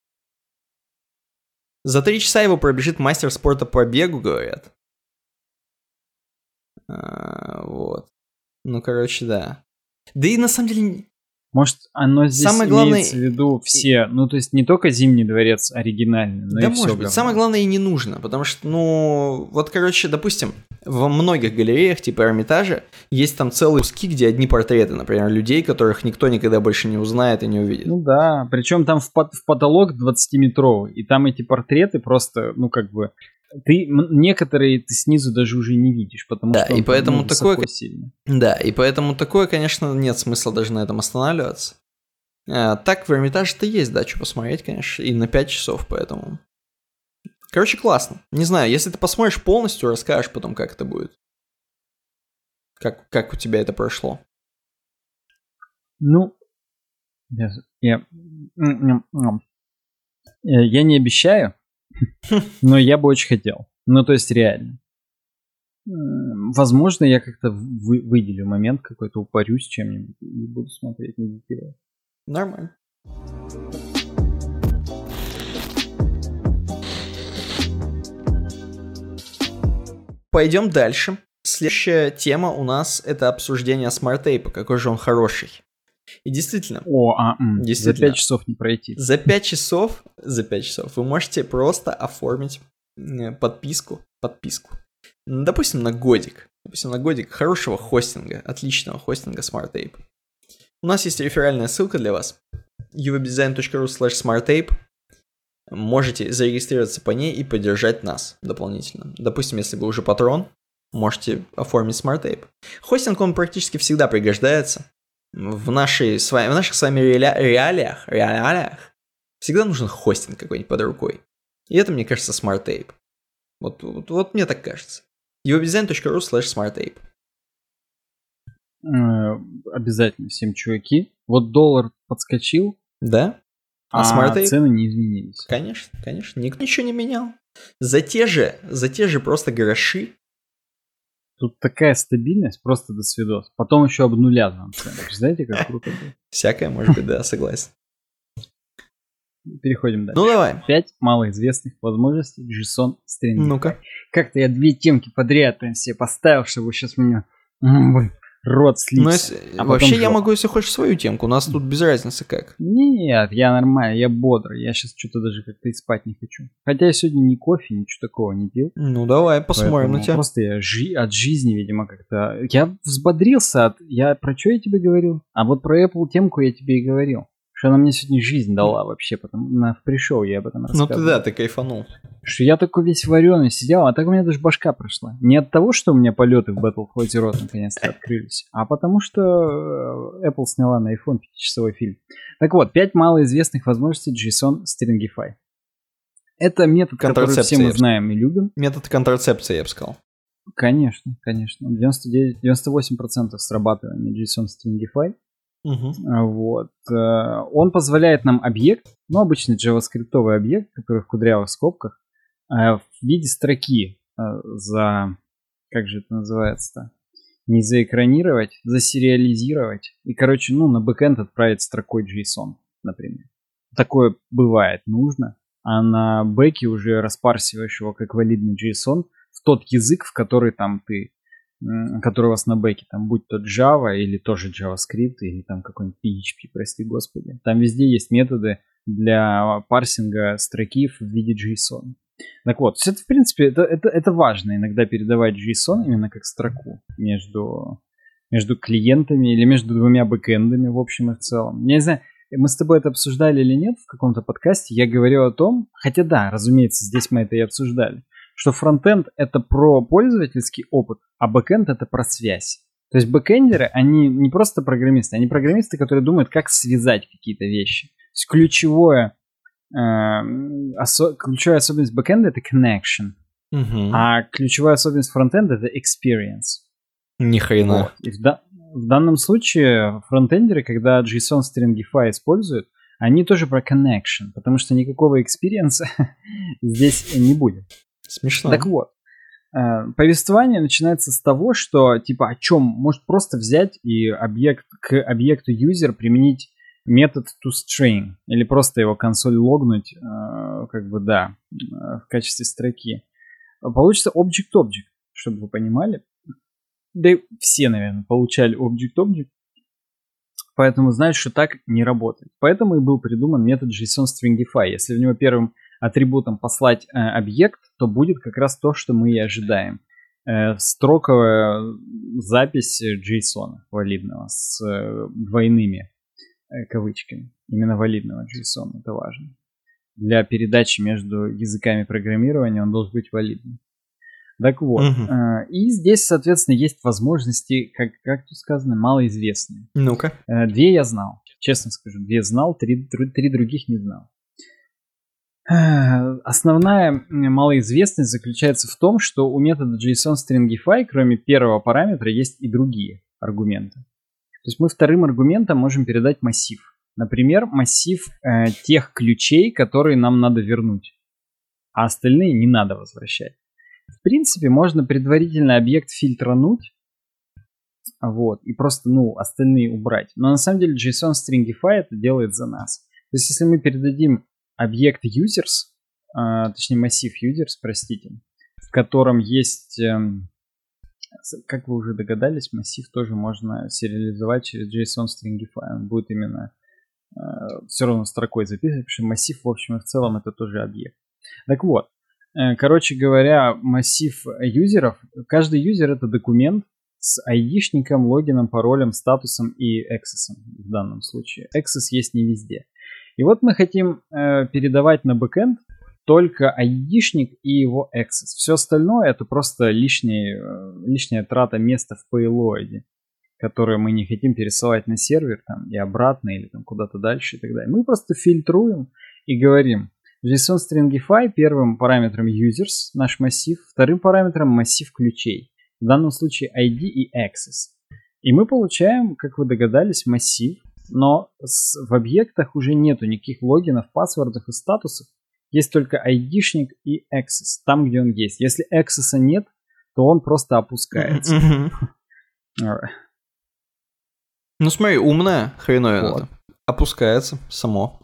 За 3 часа его пробежит мастер спорта по бегу, говорят. Вот. Короче, да. Да и на самом деле... Может, оно здесь имеется в виду все, то есть не только Зимний дворец оригинальный, но да, и все. Да, может быть. Самое главное и не нужно, потому что, допустим, во многих галереях типа Эрмитажа есть там целые куски, где одни портреты, например, людей, которых никто никогда больше не узнает и не увидит. Да, причем там в потолок 20-метровый, и там эти портреты просто, некоторые ты снизу даже уже не видишь, потому что и поэтому такое сильно. Да, и поэтому такое, конечно, нет смысла даже на этом останавливаться. Так в Эрмитаже-то есть, да, что посмотреть, конечно, и на 5 часов, поэтому... Короче, классно. Не знаю, если ты посмотришь полностью, расскажешь потом, как это будет. Как у тебя это прошло. Я не обещаю, но я бы очень хотел. То есть реально. Возможно, я как-то выделю момент какой-то, упарюсь чем-нибудь и буду смотреть, медитировать. Нормально. Пойдем дальше. Следующая тема у нас это обсуждение смарт-тейпа. Какой же он хороший. И действительно, за 5 часов не пройти. За 5 часов вы можете просто оформить подписку, допустим, на годик. допустим, на годик хорошего хостинга, отличного хостинга SmartApe. У нас есть реферальная ссылка для вас. uvdesign.ru/smartape. Можете зарегистрироваться по ней и поддержать нас дополнительно. Допустим, если вы уже патрон, можете оформить SmartApe. Хостинг, он практически всегда пригождается. В наших с вами реалиях всегда нужен хостинг какой-нибудь под рукой. И это, мне кажется, SmartApe. Вот мне так кажется. uvdesign.ru/smartape. Обязательно всем, чуваки. Вот доллар подскочил. Да? А цены не изменились. Конечно. Никто ничего не менял. За те же просто гроши. Тут такая стабильность, просто до свидос. Потом еще обнулят вам цены. Знаете, как круто было? Всякое, может быть, да, согласен. Переходим дальше. Ну, давай. 5 малоизвестных возможностей JSON Stringify. Ну-ка. Как-то я 2 темки подряд прям себе поставил, чтобы сейчас у меня рот слиться. Вообще я могу, если хочешь, свою темку. У нас тут без разницы как. Нет, я нормально, я бодрый. Я сейчас что-то даже как-то и спать не хочу. Хотя я сегодня ни кофе, ничего такого не пил. Ну давай, посмотрим на тебя. Просто я от жизни, видимо, как-то... Я взбодрился от... Про что я тебе говорил? А вот про Apple темку я тебе и говорил. Что она мне сегодня жизнь дала вообще, потом в пришел я об этом рассказывал. Ну ты кайфанул. Что я такой весь вареный сидел, а так у меня даже башка прошла. Не от того, что у меня полеты в Battlefield Road наконец-то открылись, а потому что Apple сняла на iPhone 5-часовой фильм. Так вот, 5 малоизвестных возможностей JSON Stringify. Это метод, который все мы знаем и любим. Метод контрацепции, я бы сказал. Конечно. 98% срабатывания JSON Stringify. Вот. Он позволяет нам объект, обычный JavaScript-овый объект, который в кудрявых скобках, в виде строки как же это называется-то? Не заэкранировать, засериализировать и, на бэкэнд отправить строкой JSON, например. Такое бывает нужно, а на бэке уже распарсиваешь его как валидный JSON в тот язык, в который который у вас на бэке, там будь то Java или тоже JavaScript или там какой-нибудь PHP, прости господи. Там везде есть методы для парсинга строки в виде JSON. Так вот, это в принципе это важно иногда передавать JSON именно как строку между клиентами или между двумя бэкэндами в общем и в целом. Я не знаю, мы с тобой это обсуждали или нет в каком-то подкасте, я говорил о том, хотя да, разумеется, здесь мы это и обсуждали, что фронтенд это про пользовательский опыт, а бэкенд это про связь. То есть бэкэндеры, они не просто программисты, они программисты, которые думают, как связать какие-то вещи. То есть ключевая особенность бэкэнда это connection, а ключевая особенность фронтенда это experience. Ни хрена. Вот. В данном случае фронтендеры, когда JSON Stringify используют, они тоже про connection, потому что никакого experience здесь не будет. Смешно. Так вот, повествование начинается с того, что о чем может просто взять и к объекту user применить метод toString или просто его консоль логнуть, в качестве строки. Получится object-object, чтобы вы понимали. Да и все, наверное, получали object-object, поэтому знают, что так не работает. Поэтому и был придуман метод JSON Stringify. Если в него первым атрибутом послать объект, то будет как раз то, что мы и ожидаем. Строковая запись JSON валидного с двойными кавычками. Именно валидного JSON, это важно. Для передачи между языками программирования он должен быть валидным. Так вот, и здесь, соответственно, есть возможности, как тут сказано, малоизвестные. Ну-ка. 2 я знал, честно скажу, 2 знал, 3 других не знал. Основная малоизвестность заключается в том, что у метода JSON Stringify, кроме первого параметра, есть и другие аргументы. То есть мы вторым аргументом можем передать массив. Например, массив тех ключей, которые нам надо вернуть, а остальные не надо возвращать. В принципе, можно предварительно объект фильтрануть, и просто, остальные убрать. Но на самом деле JSON Stringify это делает за нас. То есть если мы передадим объект users, точнее массив users, простите, в котором есть, как вы уже догадались, массив тоже можно сериализовать через JSON Stringify. Он будет именно все равно строкой записывать, потому что массив в общем и в целом это тоже объект. Так вот, Короче говоря, массив юзеров, каждый юзер это документ с ID-шником, логином, паролем, статусом и access в данном случае. Access есть не везде. И вот мы хотим передавать на бэкэнд только ID-шник и его access. Все остальное это просто лишняя трата места в payload, которое мы не хотим пересылать на сервер там, и обратно, или там, куда-то дальше и так далее. Мы просто фильтруем и говорим: JSON Stringify первым параметром users, наш массив, вторым параметром массив ключей. В данном случае ID и access. И мы получаем, как вы догадались, массив, но в объектах уже нету никаких логинов, паспортов и статусов. Есть только ID-шник и access, там, где он есть. Если access нет, то он просто опускается. Ну смотри, умная хреновина. Вот. Опускается само.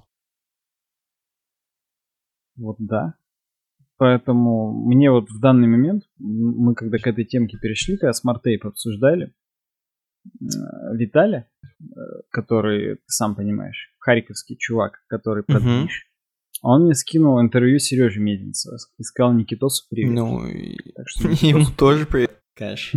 Вот да. Поэтому мне вот в данный момент, мы когда к этой темке перешли, когда Smart Tape обсуждали, Виталя, который, ты сам понимаешь, харьковский чувак, который продвиж, он мне скинул интервью Сережи Мезенцева и сказал Никитосу привет. Ну, так что ему тоже привет, конечно.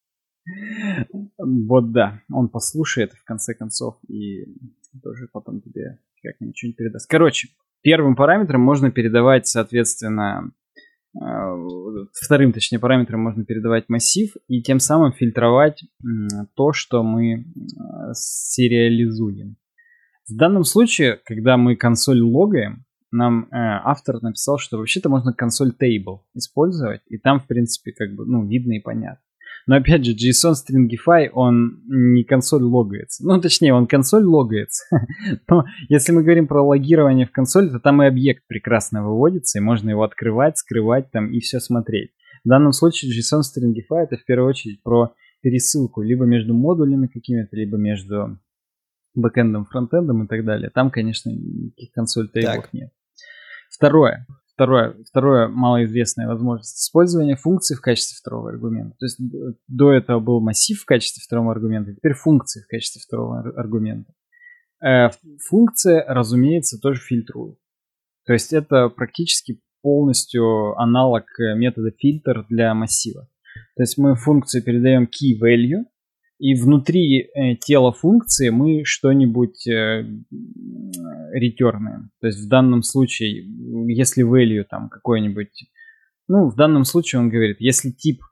Вот да, он послушает в конце концов и тоже потом тебе как-нибудь что-нибудь передаст. Короче, первым параметром можно передавать, соответственно, вторым, точнее, параметром можно передавать массив и тем самым фильтровать то, что мы сериализуем. В данном случае, когда мы консоль логаем, нам автор написал, что вообще-то можно консоль table использовать, и там, в принципе, как бы, ну, видно и понятно. Но опять же, JSON Stringify, он не консоль логается. Ну, точнее, он консоль логается. Но если мы говорим про логирование в консоли, то там и объект прекрасно выводится, и можно его открывать, скрывать там и все смотреть. В данном случае JSON Stringify это в первую очередь про пересылку либо между модулями какими-то, либо между бэкэндом, фронтендом и так далее. Там, конечно, никаких консоль тейблов нет. Второе малоизвестная возможность использования функций в качестве второго аргумента. То есть до этого был массив в качестве второго аргумента, теперь функции в качестве второго аргумента. Функция, разумеется, тоже фильтрует. То есть это практически полностью аналог метода фильтр для массива. То есть мы функцию передаем key value, и внутри тела функции мы что-нибудь ретернаем. То есть в данном случае, если value там какой-нибудь... Ну, в данном случае он говорит, если тип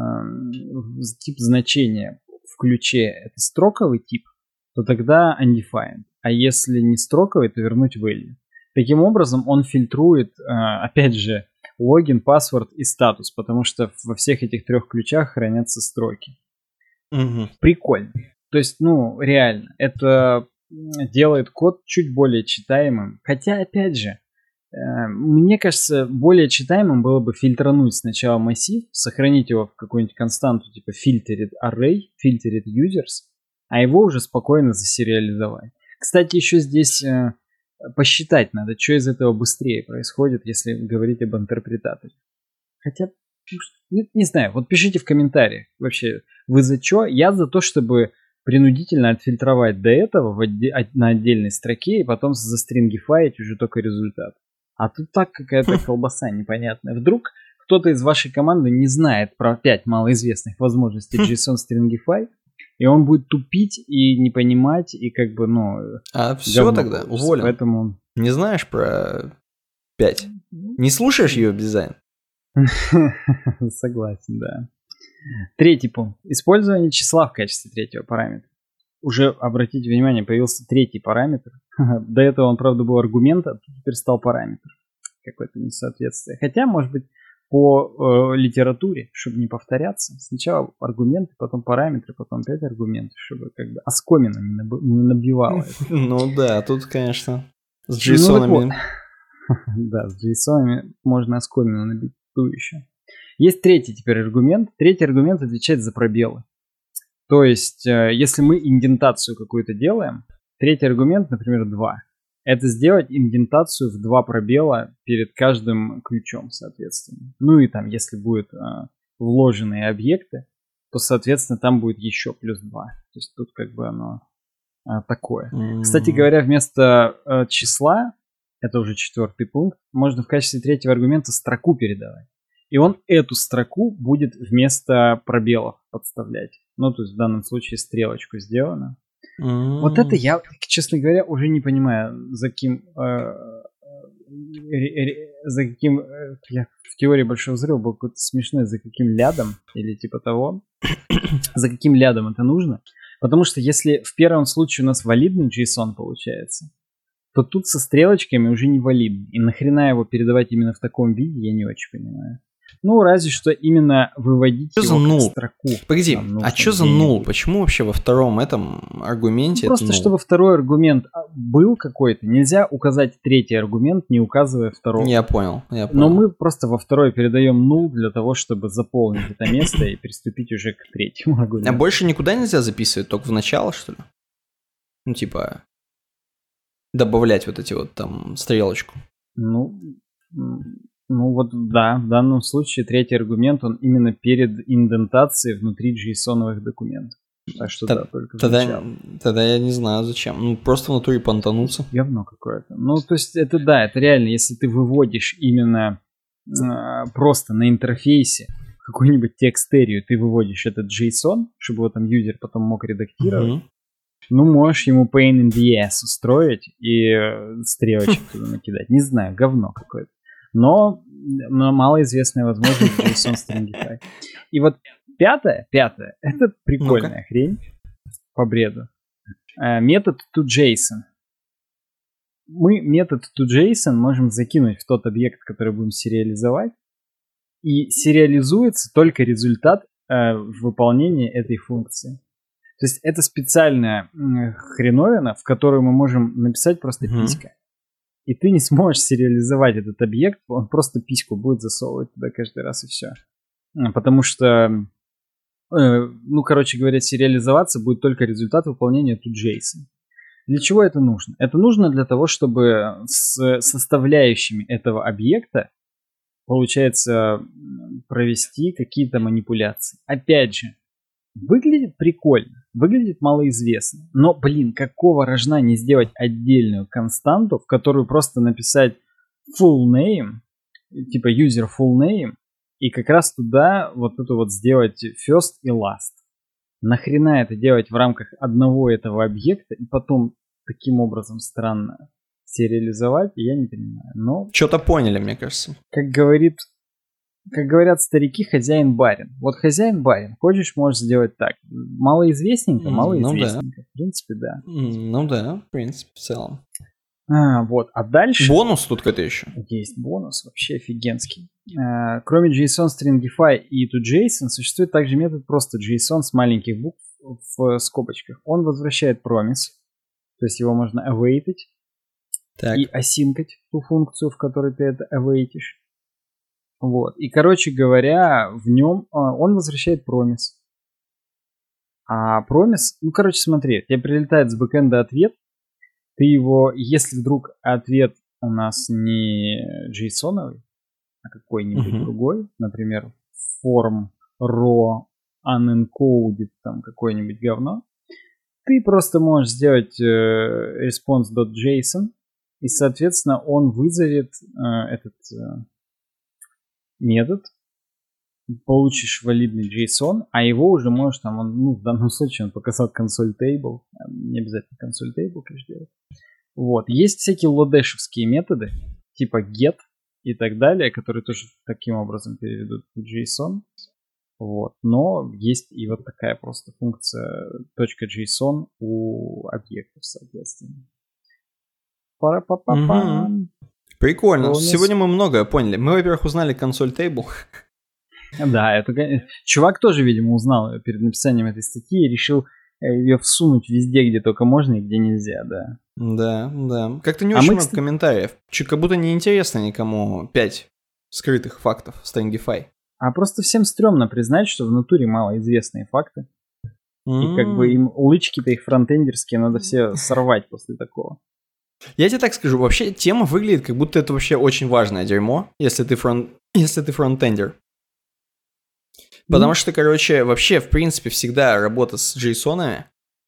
значения в ключе это строковый тип, то тогда undefined. А если не строковый, то вернуть value. Таким образом он фильтрует, опять же, логин, паспорт и статус, потому что во всех этих трех ключах хранятся строки. Прикольно. То есть, ну, реально, это делает код чуть более читаемым. Хотя, опять же, мне кажется, более читаемым было бы фильтрануть сначала массив, сохранить его в какую-нибудь константу типа filtered array, filtered users, а его уже спокойно засериализовать. Кстати, еще здесь посчитать надо, что из этого быстрее происходит, если говорить об интерпретаторе. Хотя... Не знаю, вот пишите в комментариях вообще, вы за что? Я за то, чтобы принудительно отфильтровать до этого на отдельной строке и потом застрингифаить уже только результат. А тут так какая-то колбаса непонятная. Вдруг кто-то из вашей команды не знает про 5 малоизвестных возможностей JSON Stringify, и он будет тупить и не понимать, и как бы, ну... А все тогда, уволен. Поэтому... Не знаешь про 5? Не слушаешь ее дизайн? Согласен, да. Третий пункт. Использование числа в качестве третьего параметра. Уже, обратите внимание, появился третий параметр. До этого он, правда, был аргумент, а теперь стал параметр. Какое-то несоответствие. Хотя, может быть, по литературе, чтобы не повторяться, сначала аргументы, потом параметры, потом опять аргументы, чтобы как бы оскомину не набивало. Ну да, тут, конечно, с JSON-ами... Да, с JSON-ами можно оскомину набить ту еще. Есть третий теперь аргумент. Третий аргумент отвечает за пробелы. То есть, если мы индентацию какую-то делаем, третий аргумент, например, 2. Это сделать индентацию в 2 пробела перед каждым ключом, соответственно. Ну и там, если будут вложенные объекты, то, соответственно, там будет еще плюс 2. То есть тут как бы оно такое. Кстати говоря, вместо числа это уже 4-й пункт, можно в качестве 3-го аргумента строку передавать. И он эту строку будет вместо пробелов подставлять. Ну, то есть в данном случае стрелочку сделано. Вот это я, честно говоря, уже не понимаю, за каким я в теории Большого Взрыва был какой-то смешной, за каким лядом, или типа того, за каким лядом это нужно. Потому что если в первом случае у нас валидный JSON получается, то тут со стрелочками уже не валидный. И нахрена его передавать именно в таком виде, я не очень понимаю. Ну, разве что именно выводить что его за как строку. Погоди, а что за null? Почему вообще во втором этом аргументе просто это null? Чтобы второй аргумент был какой-то, нельзя указать 3-й аргумент, не указывая второго. Я понял. Но мы просто во второй передаем null для того, чтобы заполнить это место и приступить уже к 3-му аргументу. А больше никуда нельзя записывать, только в начало, что ли? Ну, типа, добавлять вот эти вот там стрелочку. Ну вот да, в данном случае 3-й аргумент, он именно перед индентацией внутри JSON-овых документов. Так что да, только тогда я не знаю зачем. Ну просто в натуре понтануться. Говно какое-то. Ну то есть это да, это реально, если ты выводишь именно просто на интерфейсе какую-нибудь текст-эрию, ты выводишь этот JSON, чтобы его там юзер потом мог редактировать. Ну, можешь ему pain in the ass устроить и стрелочек туда накидать. Не знаю, говно какое-то. Но малоизвестная возможность JSON Stringify. И вот пятое, это прикольная хрень по бреду. Метод toJSON. Мы метод toJSON можем закинуть в тот объект, который будем сериализовать, и сериализуется только результат выполнения этой функции. То есть это специальная хреновина, в которую мы можем написать просто писька. И ты не сможешь сериализовать этот объект, он просто письку будет засовывать туда каждый раз и все. Потому что, ну, короче говоря, сериализоваться будет только результат выполнения toJSON. Для чего это нужно? Это нужно для того, чтобы с составляющими этого объекта, получается, провести какие-то манипуляции. Опять же, выглядит прикольно, выглядит малоизвестно. Но, блин, какого рожна не сделать отдельную константу, в которую просто написать full name, типа user full name, и как раз туда вот это вот сделать first и last. Нахрена это делать в рамках одного этого объекта и потом таким образом странно сериализовать, я не понимаю. Но что-то поняли, мне кажется. Как говорят старики, хозяин-барин. Вот хозяин-барин. Хочешь, можешь сделать так. Малоизвестненько. Ну, да. В принципе, да. Ну да, в принципе, в целом. Вот. А дальше... Бонус тут какой-то еще. Есть бонус, вообще офигенский. Кроме JSON Stringify и toJSON, существует также метод просто JSON с маленьких букв в скобочках. Он возвращает promise, то есть его можно awaitить и осинкать ту функцию, в которой ты это awaitишь. Вот. И, короче говоря, в нем он возвращает promise. А promise, ну, короче, смотри, тебе прилетает с бэкэнда ответ, ты его, если вдруг ответ у нас не JSON-овый, а какой-нибудь другой, например, form raw unencoded, там какое-нибудь говно, ты просто можешь сделать response.json, и, соответственно, он вызовет этот метод, получишь валидный JSON, а его уже можешь там, в данном случае он показал console table, не обязательно console table, конечно, делать. Вот. Есть всякие лодэшевские методы, типа get и так далее, которые тоже таким образом переведут в JSON. Вот. Но есть и вот такая просто функция .json у объектов, соответственно. Пара-па-па-пам. Прикольно. Сегодня мы многое поняли. Мы, во-первых, узнали console table. Да, это чувак тоже, видимо, узнал ее перед написанием этой статьи и решил ее всунуть везде, где только можно и где нельзя, да. Да. Как-то не очень много комментариев. Как будто неинтересно никому 5 скрытых фактов Stringify. А просто всем стрёмно признать, что в натуре малоизвестные факты. И как бы им улычки-то их фронтендерские надо все сорвать после такого. Я тебе так скажу, вообще тема выглядит, как будто это вообще очень важное дерьмо, если ты фронтендер. Потому что, короче, вообще, в принципе, всегда работа с JSON-ами,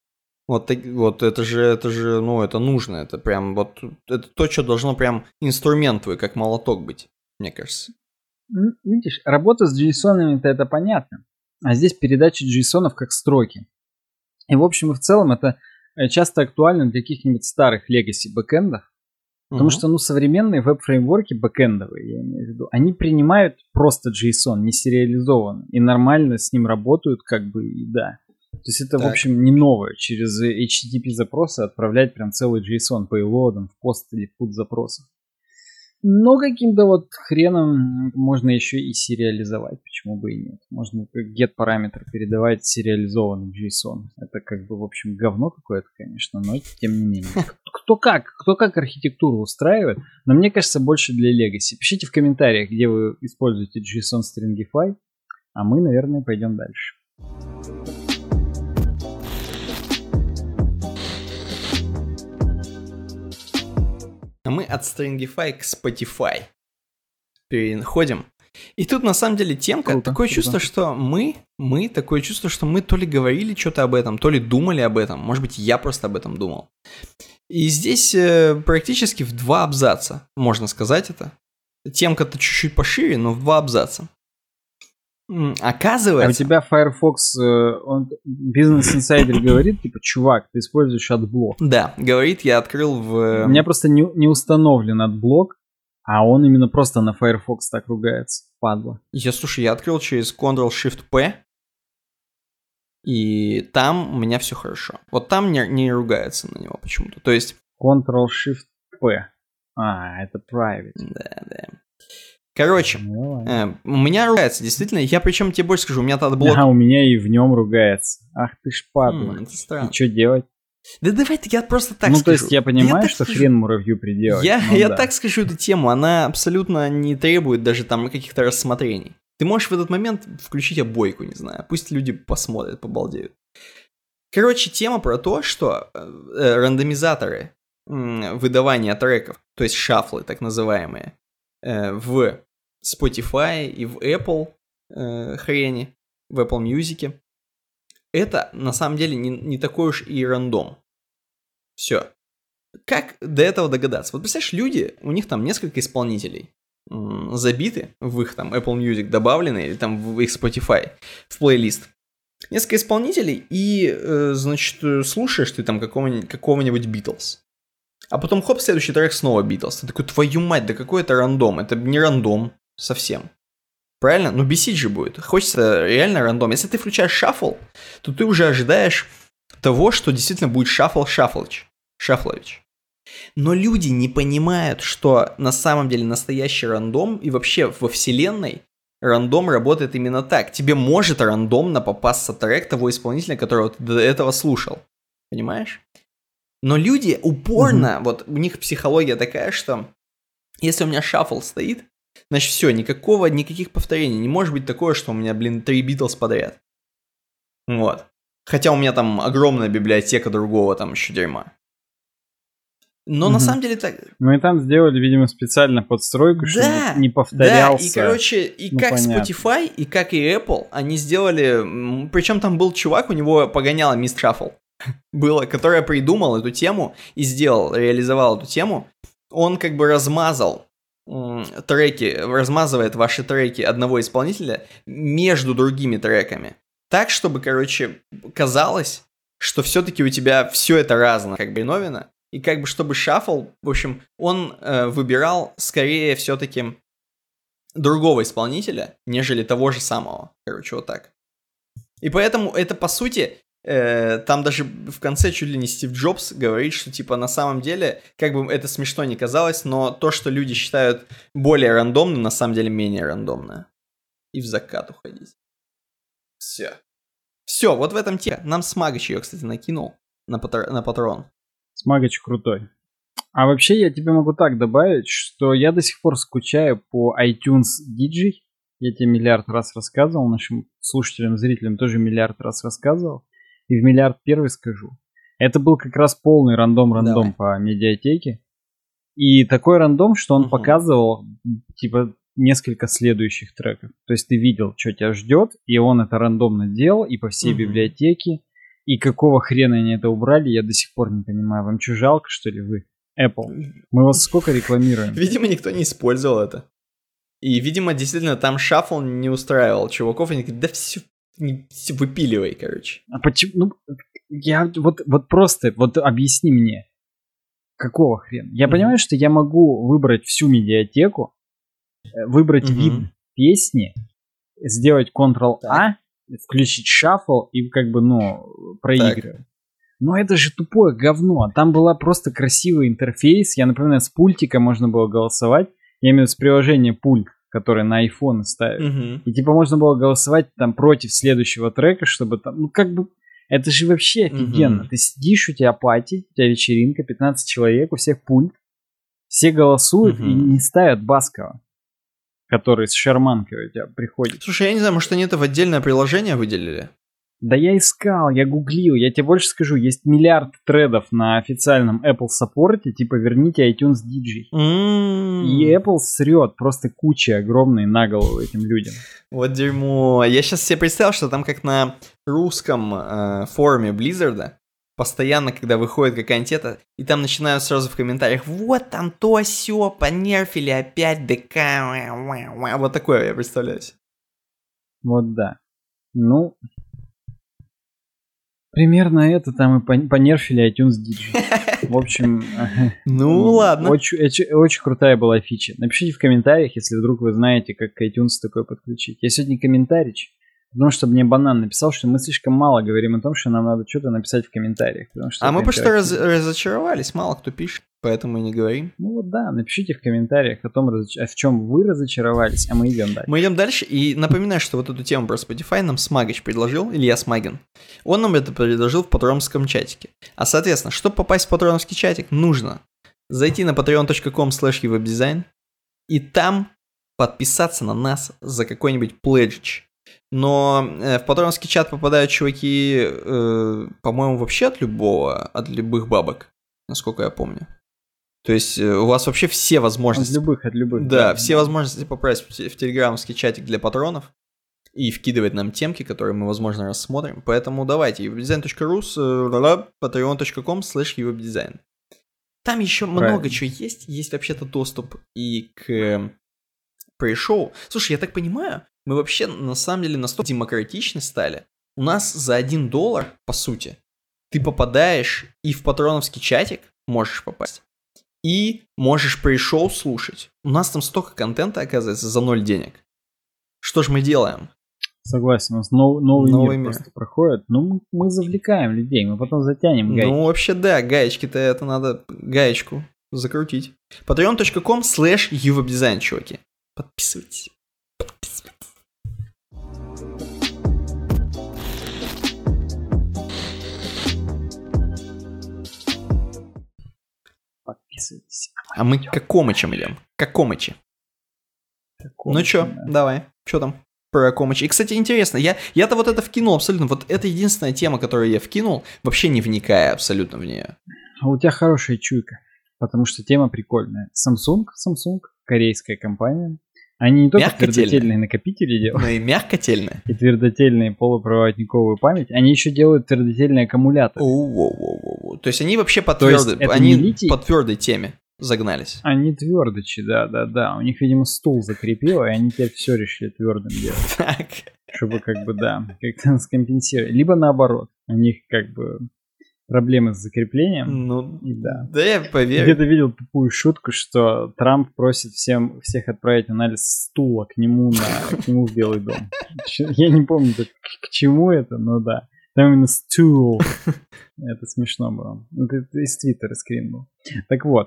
Вот это же, ну, это нужно. Это прям вот, это то, что должно прям инструмент твой, как молоток быть, мне кажется. Видишь, работа с JSON-ами-то это понятно. А здесь передача JSON-ов как строки. И в общем и в целом это часто актуально для каких-нибудь старых legacy бэкэндов. Потому что, ну, современные веб-фреймворки бэкэндовые, я имею в виду, они принимают просто JSON, не сериализованный, и нормально с ним работают, как бы, и да. То есть это, в общем, не новое. Через HTTP запросы отправлять прям целый JSON payload в пост или в put запросов. Но каким-то вот хреном можно еще и сериализовать, почему бы и нет. Можно как get параметр передавать сериализованный JSON. Это как бы, в общем, говно какое-то, конечно, но тем не менее. Кто как архитектуру устраивает, но мне кажется, больше для Legacy. Пишите в комментариях, где вы используете JSON Stringify, а мы, наверное, пойдем дальше. А мы от Stringify к Spotify переходим. И тут на самом деле темка, такое чувство, что мы такое чувство, что мы то ли говорили что-то об этом, то ли думали об этом. Может быть, я просто об этом думал. И здесь практически в 2 абзаца, можно сказать это. Темка-то чуть-чуть пошире, но в 2 абзаца. Оказывается... А у тебя Firefox, Business Insider говорит, типа, чувак, ты используешь AdBlock. Да, говорит, я открыл в... У меня просто не установлен AdBlock, а он именно просто на Firefox так ругается, падла. Слушай, я открыл через Ctrl-Shift-P, и там у меня все хорошо. Вот там не ругается на него почему-то. То есть... Ctrl-Shift-P. Это private. Да. Короче, у меня ругается, действительно. Я причем тебе больше скажу, у меня AdBlock... у меня и в нем ругается. Ах ты ж падла. Это странно. И что делать? Да давай я просто так скажу. Ну, то есть я понимаю, что хрен муравью приделать. Я так скажу эту тему, она абсолютно не требует даже там каких-то рассмотрений. Ты можешь в этот момент включить обойку, не знаю. Пусть люди посмотрят, побалдеют. Короче, тема про то, что рандомизаторы выдавания треков, то есть шафлы так называемые, в Spotify и в Apple хрени, в Apple Music, это на самом деле не такой уж и рандом. Все. Как до этого догадаться? Вот представляешь, люди, у них там несколько исполнителей забиты в их там Apple Music добавлены, или там в их Spotify, в плейлист. Несколько исполнителей, и, значит, слушаешь ты там какого-нибудь Beatles. А потом, хоп, следующий трек снова Beatles. Ты такой, твою мать, да какой это рандом? Это не рандом совсем. Правильно? Ну, бесить же будет. Хочется реально рандом. Если ты включаешь шаффл, то ты уже ожидаешь того, что действительно будет шаффлович. Но люди не понимают, что на самом деле настоящий рандом и вообще во вселенной рандом работает именно так. Тебе может рандомно попасться трек того исполнителя, которого ты до этого слушал. Понимаешь? Но люди упорно, вот у них психология такая, что если у меня шаффл стоит, значит все, никаких повторений. Не может быть такое, что у меня, 3 Битлз подряд. Вот. Хотя у меня там огромная библиотека другого там еще дерьма. Но на самом деле так... Ну и там сделали, видимо, специально подстройку, чтобы не повторялся. Да, и короче, и как понятно. Spotify, и как и Apple, они сделали... Причем там был чувак, у него погоняло Mist Shuffle. Было, которое придумал эту тему и реализовал эту тему. Он как бы размазывает ваши треки одного исполнителя между другими треками. Так, чтобы, короче, казалось, что все-таки у тебя все это разное, как бы новина. И как бы, чтобы шаффл, в общем, он выбирал скорее все-таки другого исполнителя, нежели того же самого. Короче, вот так. И поэтому это, по сути... Там даже в конце чуть ли не Стив Джобс говорит, что типа на самом деле, как бы это смешно ни казалось, но то, что люди считают более рандомным, на самом деле менее рандомное. И в закат уходить. Все, вот в этом теме. Нам Смагач ее, кстати, накинул на Patreon. Смагач крутой. А вообще я тебе могу так добавить, что я до сих пор скучаю по iTunes DJ. Я тебе миллиард раз рассказывал, нашим слушателям, зрителям тоже миллиард раз рассказывал. И в миллиард первый скажу. Это был как раз полный рандом по медиатеке. И такой рандом, что он показывал, типа, несколько следующих треков. То есть ты видел, что тебя ждет, и он это рандомно делал, и по всей библиотеке. И какого хрена они это убрали, я до сих пор не понимаю. Вам что, жалко, что ли, вы? Apple. Мы вас сколько рекламируем? Видимо, никто не использовал это. И, видимо, действительно, там шаффл не устраивал чуваков. Они говорят, да все выпиливай, короче. А почему? Ну, я вот просто, вот объясни мне. Какого хрена? Я понимаю, что я могу выбрать всю медиатеку, выбрать вид песни, сделать Ctrl-A, включить шаффл и как бы, проигрывать. Так. Но это же тупое говно. Там была просто красивый интерфейс. Я напоминаю, с пультика можно было голосовать. Я имею в виду с приложения пульт, которое на iPhone ставят. И типа можно было голосовать там против следующего трека, чтобы там, это же вообще офигенно. Ты сидишь, у тебя пати, у тебя вечеринка, 15 человек, у всех пульт. Все голосуют и не ставят Баскова, который с шарманкой у тебя приходит. Слушай, я не знаю, может они это в отдельное приложение выделили? Да я искал, я гуглил, я тебе больше скажу, есть миллиард тредов на официальном Apple саппорте, типа верните iTunes DJ. И Apple срет просто куча огромной на голову этим людям. Вот дерьмо. Я сейчас себе представил, что там как на русском форуме Blizzard, постоянно, когда выходит какая-нибудь это, и там начинают сразу в комментариях, вот там то сё, понерфили опять ДК, вот такое я представляю. Вот да. Ну... Примерно это там и понерфили iTunes DJ. В общем... Ну, ладно. Очень крутая была фича. Напишите в комментариях, если вдруг вы знаете, как к iTunes такое подключить. Я сегодня комментарий, потому что мне Банан написал, что мы слишком мало говорим о том, что нам надо что-то написать в комментариях. А мы просто разочаровались, мало кто пишет, поэтому и не говорим. Ну вот да, напишите в комментариях о том, в чем вы разочаровались, а мы идем дальше. Мы идем дальше, и напоминаю, что вот эту тему про Spotify нам Смагач предложил, Илья Смагин. Он нам это предложил в патреоновском чатике. А соответственно, чтобы попасть в патреоновский чатик, нужно зайти на patreon.com/webdesign и там подписаться на нас за какой-нибудь пледж. Но в патроновский чат попадают чуваки, по-моему, вообще от любых бабок, насколько я помню. То есть у вас вообще все возможности... От любых. Да, все возможности попасть в телеграммский чатик для патронов и вкидывать нам темки, которые мы, возможно, рассмотрим. Поэтому давайте, webdesign.ru, patreon.com/webdesign. Там еще много чего есть. Есть вообще-то доступ и к пришоу. Слушай, я так понимаю, мы вообще на самом деле настолько демократичны стали. У нас за $1, по сути, ты попадаешь и в патроновский чатик можешь попасть, и можешь пришоу слушать. У нас там столько контента, оказывается, за 0 денег. Что ж мы делаем? Согласен, у нас новый мир просто проходит. Ну, мы завлекаем людей, мы потом затянем гаечки. Ну, вообще, да, гаечки-то это надо гаечку закрутить. patreon.com/uwebdesign, чуваки. Подписывайтесь. Подписывайтесь. А мы к Акомычам идем. К Акомычи. Ну чё, давай. Чё там про Акомычи? И, кстати, интересно, я-то вот это вкинул абсолютно. Вот это единственная тема, которую я вкинул, вообще не вникая абсолютно в нее. А у тебя хорошая чуйка, потому что тема прикольная. Samsung, корейская компания. Они не только твердотельные накопители делают, но и мягкотельные. И твердотельные полупроводниковую память. Они еще делают твердотельные аккумуляторы. То есть они вообще по твердой теме загнались. Они твердочи, да. У них, видимо, стул закрепило, и они теперь все решили твердым делать. Так. Чтобы как-то скомпенсировать. Либо наоборот. У них проблемы с закреплением. Ну, да. Да, я поверю. Где-то видел тупую шутку, что Трамп просит всех отправить анализ стула к нему в Белый дом. Я не помню, к чему это, но да. Там именно стул. Это смешно было. Это из Твиттера скрин был. Так вот.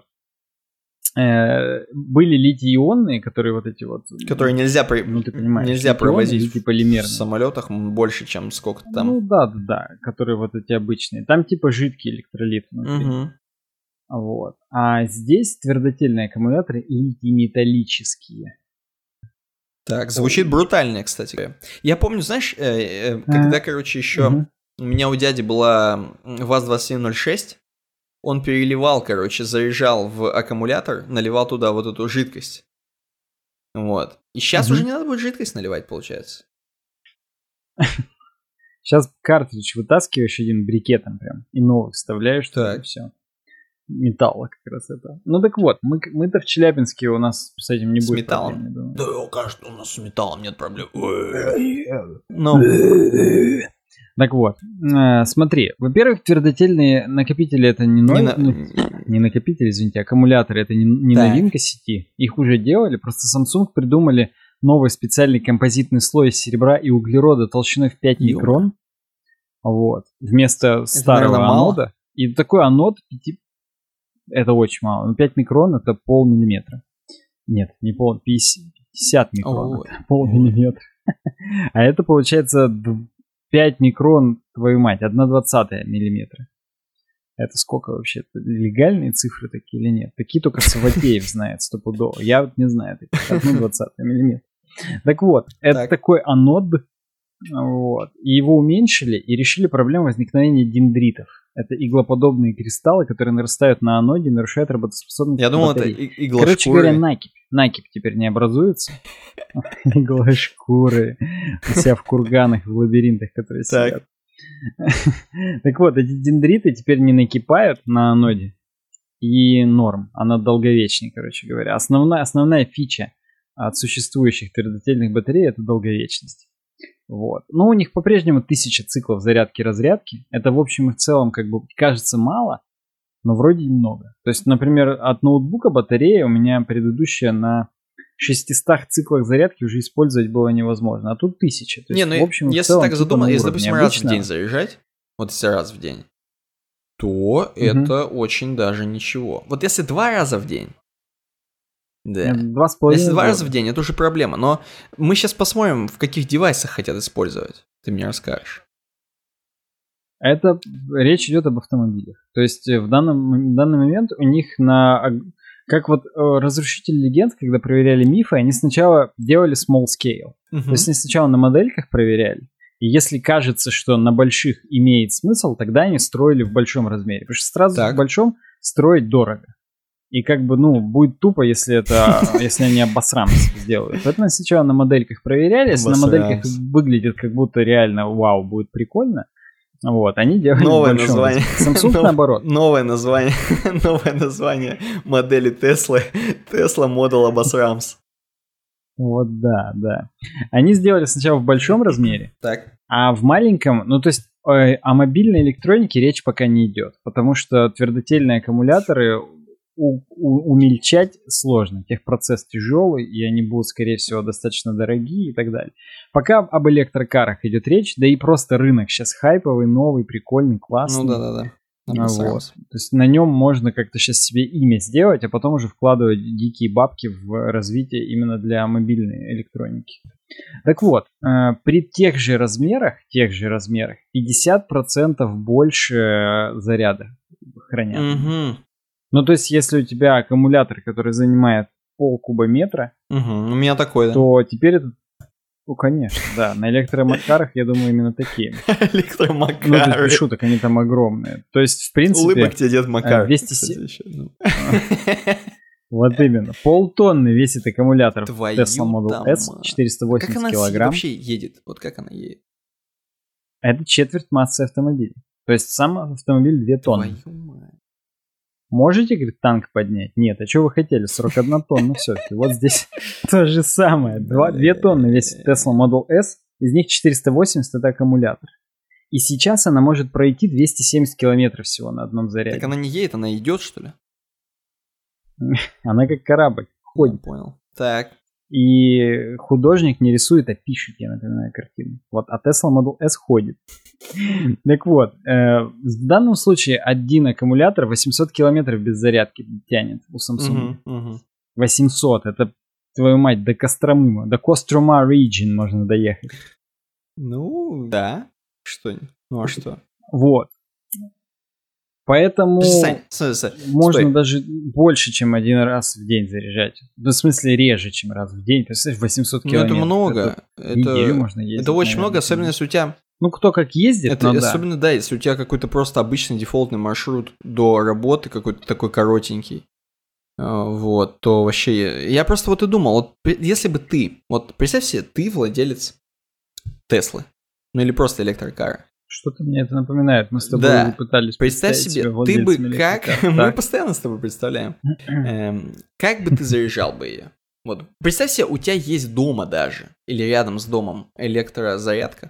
Были литий-ионные, которые вот эти вот... Которые нельзя провозить в самолетах больше, чем сколько-то там. Ну да, которые вот эти обычные. Там типа жидкий электролит внутри. Вот. А здесь твердотельные аккумуляторы литий-металлические. Так, звучит брутально, кстати. Я помню, знаешь, когда, еще у меня у дяди была ВАЗ-2706, он переливал, заряжал в аккумулятор, наливал туда вот эту жидкость. Вот. И сейчас уже не надо будет жидкость наливать, получается. Сейчас картридж вытаскиваешь один брикетом прям и новый вставляешь, Так. и все. Металла как раз это. Ну так вот, мы-то в Челябинске, у нас с этим не С будет металлом? проблем, я думаю. Да, кажется, у нас с металлом нет проблем. Ну, Так вот, смотри, во-первых, твердотельные накопители это не накопители, извините, аккумуляторы, это не Так. новинка сети. Их уже делали, просто Samsung придумали новый специальный композитный слой из серебра и углерода толщиной в 5 микрон. Вот. Вместо старого наверное, мало. анода. И такой анод, это очень мало. 5 микрон это полмиллиметра. Нет, не 50 микрон. Ой. Это полмиллиметра. А это получается 5 микрон, твою мать, 1/20 миллиметра. Это сколько вообще? Это легальные цифры такие или нет? Такие только Саватеев знает стопудово. Я вот не знаю. 1/20 миллиметра. Так вот, это такой анод. Вот. И его уменьшили и решили проблему возникновения дендритов. Это иглоподобные кристаллы, которые нарастают на аноде и нарушают работоспособность я думал, батареи. это игла Короче шкуры. говоря, накипь. Накипь теперь не образуется. Игла шкуры. У себя в курганах, в лабиринтах, которые сидят. Так вот, эти дендриты теперь не накипают на аноде. И норм. Она долговечнее, короче говоря. Основная фича от существующих твердотельных батарей — это долговечность. Вот. Но у них по-прежнему 1000 циклов зарядки-разрядки. Это в общем и в целом как бы кажется мало, но вроде и много. То есть, например, от ноутбука батарея у меня предыдущая на 600 циклах зарядки уже использовать было невозможно, а тут 1000. То есть, в общем, если так задуматься, если, допустим, раз в день заряжать, вот если раз в день, то это очень даже ничего. Вот если 2 раза в день, да. 2,5 Если 2 раза в день, это уже проблема. Но мы сейчас посмотрим, в каких девайсах хотят использовать. Ты мне расскажешь. Это речь идет об автомобилях. То есть в данный момент у них как вот разрушитель легенд, когда проверяли мифы, они сначала делали small scale. То есть они сначала на модельках проверяли. И если кажется, что на больших имеет смысл, тогда они строили в большом размере. Потому что сразу в большом строить дорого. И как бы, будет тупо, если они обосрамс сделают. Поэтому сначала на модельках проверяли. Если на модельках выглядит как будто реально вау, будет прикольно. Вот, они делали новое название. Samsung наоборот. Новое название модели Tesla Model Обосрамс. Вот да. Они сделали сначала в большом размере, так. А в маленьком, то есть о мобильной электронике речь пока не идет. Потому что твердотельные аккумуляторы умельчать сложно. Техпроцесс тяжелый, и они будут, скорее всего, достаточно дорогие и так далее. Пока об электрокарах идет речь, да и просто рынок сейчас хайповый, новый, прикольный, классный. Ну да. Вот. То есть на нем можно как-то сейчас себе имя сделать, а потом уже вкладывать дикие бабки в развитие именно для мобильной электроники. Так вот, при тех же размерах 50% больше заряда хранят. То есть, если у тебя аккумулятор, который занимает полкубометра, у меня такой, да. То теперь это... конечно, да. На электромакарах, я думаю, именно такие. Электромакары. Без шуток, они там огромные. То есть, в принципе... Улыбок тебе дед Макар. 207... Вот именно. 500 тонны весит аккумулятор Tesla Model S, 480 килограмм. Как она вообще едет? Вот как она едет? Это четверть массы автомобиля. То есть, сам автомобиль 2 тонны. Твою мать. Можете, говорит, танк поднять? Нет, а что вы хотели? 41 тонна все-таки. Вот здесь то же самое. 2 тонны весит Tesla Model S, из них 480 это аккумулятор. И сейчас она может пройти 270 километров всего на одном заряде. Так она не едет, она идет, что ли? Она как корабль, ходит. Понял. Так. И художник не рисует, а пишет, я напоминаю, картину. Вот, а Tesla Model S ходит. Так вот, в данном случае один аккумулятор 800 километров без зарядки тянет у Samsung. 800, это, твою мать, до Костромы, до Кострома Region можно доехать. Ну, да. Что? Ну, а что? Вот. Поэтому Сань, можно даже больше, чем один раз в день заряжать. В смысле, реже, чем раз в день. Представляешь, 800 километров. Ну, это много. Неделю можно ездить. Это очень много, особенно если у тебя... Ну, кто как ездит, это, особенно, да, если у тебя какой-то просто обычный дефолтный маршрут до работы, какой-то такой коротенький, вот, то вообще... Я просто вот и думал, вот если бы ты... Вот представь себе, ты владелец Теслы. Ну или просто электрокары. Что-то мне это напоминает. Мы с тобой пытались представь себе, ты бы как... Мы постоянно с тобой представляем. Как бы ты заряжал бы ее? Вот. Представь себе, у тебя есть дома даже, или рядом с домом электрозарядка.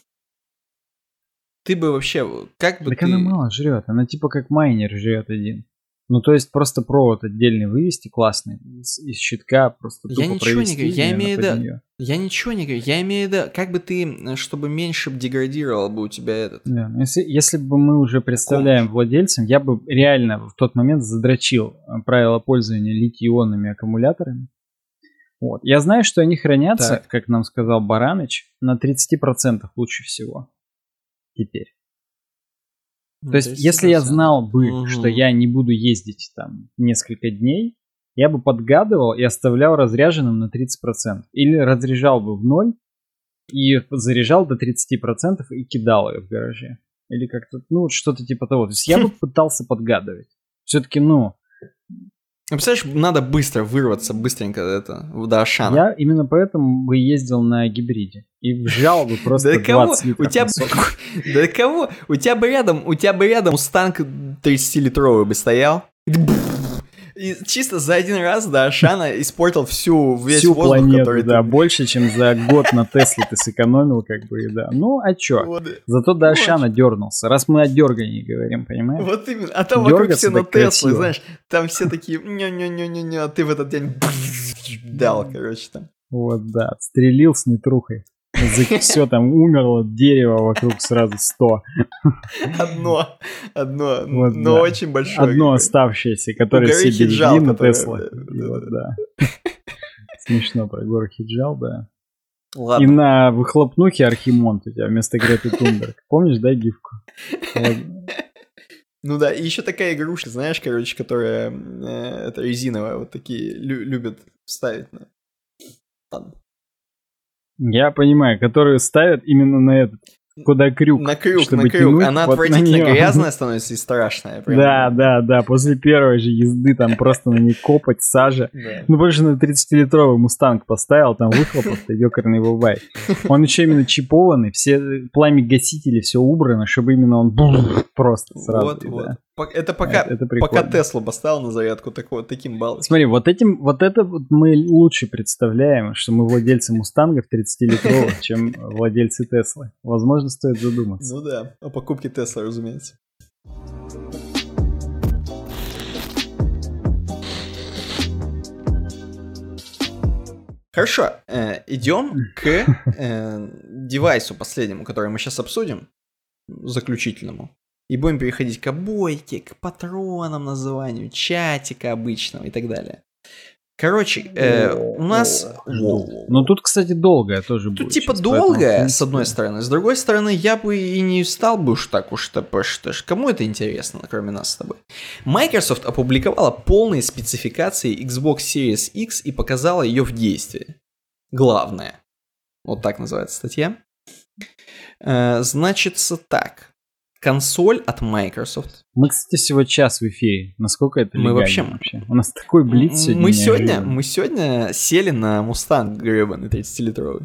Ты бы вообще... Как бы так ты... она мало жрет. Она типа как майнер жрет один. Ну, то есть просто провод отдельный вывести классный из щитка, просто тупо провести. Я ничего не говорю, я имею в виду, как бы ты, чтобы меньше деградировал бы у тебя этот... Да, если бы мы уже представляем владельцем, я бы реально в тот момент задрочил правила пользования литий-ионными аккумуляторами. Вот. Я знаю, что они хранятся, как нам сказал Бараныч, на 30% лучше всего теперь. То есть, если я знал бы, что я не буду ездить там несколько дней, я бы подгадывал и оставлял разряженным на 30%. Или разряжал бы в ноль и заряжал до 30% и кидал ее в гараже. Или как-то, ну, что-то типа того. То есть, я бы пытался подгадывать. Все-таки, представляешь, надо быстро вырваться, быстренько до Ашана. Я именно поэтому бы ездил на гибриде. И вжал бы просто 20 литров. Да кого? У тебя бы рядом Мустанг 30-литровый бы стоял. И чисто за один раз до Ашана испортил весь воздух, планету, который... Да, больше, чем за год на Тесле ты сэкономил, как бы, да. Ну, а чё? Вот. Зато до Ашана дернулся. Раз мы о дергании говорим, понимаешь? Вот именно. А там вокруг все на Теслы, знаешь. Там все такие, а ты в этот день дал, короче, там. Вот, да, отстрелил с нетрухой. Все там умерло, дерево вокруг сразу 100. Одно, вот, но да. очень большое. Одно оставшееся, которое все берегли на Тесла. Да. Смешно про гору Хиджал, да. Ладно. И на выхлопнухе Архимонт у тебя вместо Греты Тунберг. Помнишь, да, гифку? Ну да, и еще такая игрушка, знаешь, короче, которая это резиновая, вот такие любят ставить на... Ладно. Я понимаю, которую ставят именно на этот, куда крюк. На крюк. Она вот отвратительно грязная становится и страшная. Да. После первой же езды там просто на ней копоть, сажа. Да. Ну, больше на 30-литровый Мустанг поставил, там выхлопов-то ёкарный бабай. Он еще именно чипованный, все пламя-гасители, все убрано, чтобы именно он просто сразу. Вот. Да. Это пока Теслу поставил на зарядку таким баллом. Смотри, вот это мы лучше представляем, что мы владельцы Мустангов 30-литровых, чем владельцы Теслы. Возможно, стоит задуматься. Ну да, о покупке Тесла, разумеется. Хорошо, идем к девайсу последнему, который мы сейчас обсудим, заключительному. И будем переходить к обойке, к патронам, названию, чатика обычного и так далее. Короче, у нас... Ну тут, кстати, долгое тоже будет. Тут типа долгое, с одной стороны. С другой стороны, я бы и не стал бы кому это интересно, кроме нас с тобой. Microsoft опубликовала полные спецификации Xbox Series X и показала ее в действии. Главное. Вот так называется статья. Значится так. Консоль от Microsoft. Мы, кстати, всего час в эфире. Насколько это легально вообще? У нас такой блиц сегодня. Мы сегодня сели на Mustang гребаный 30-литровый.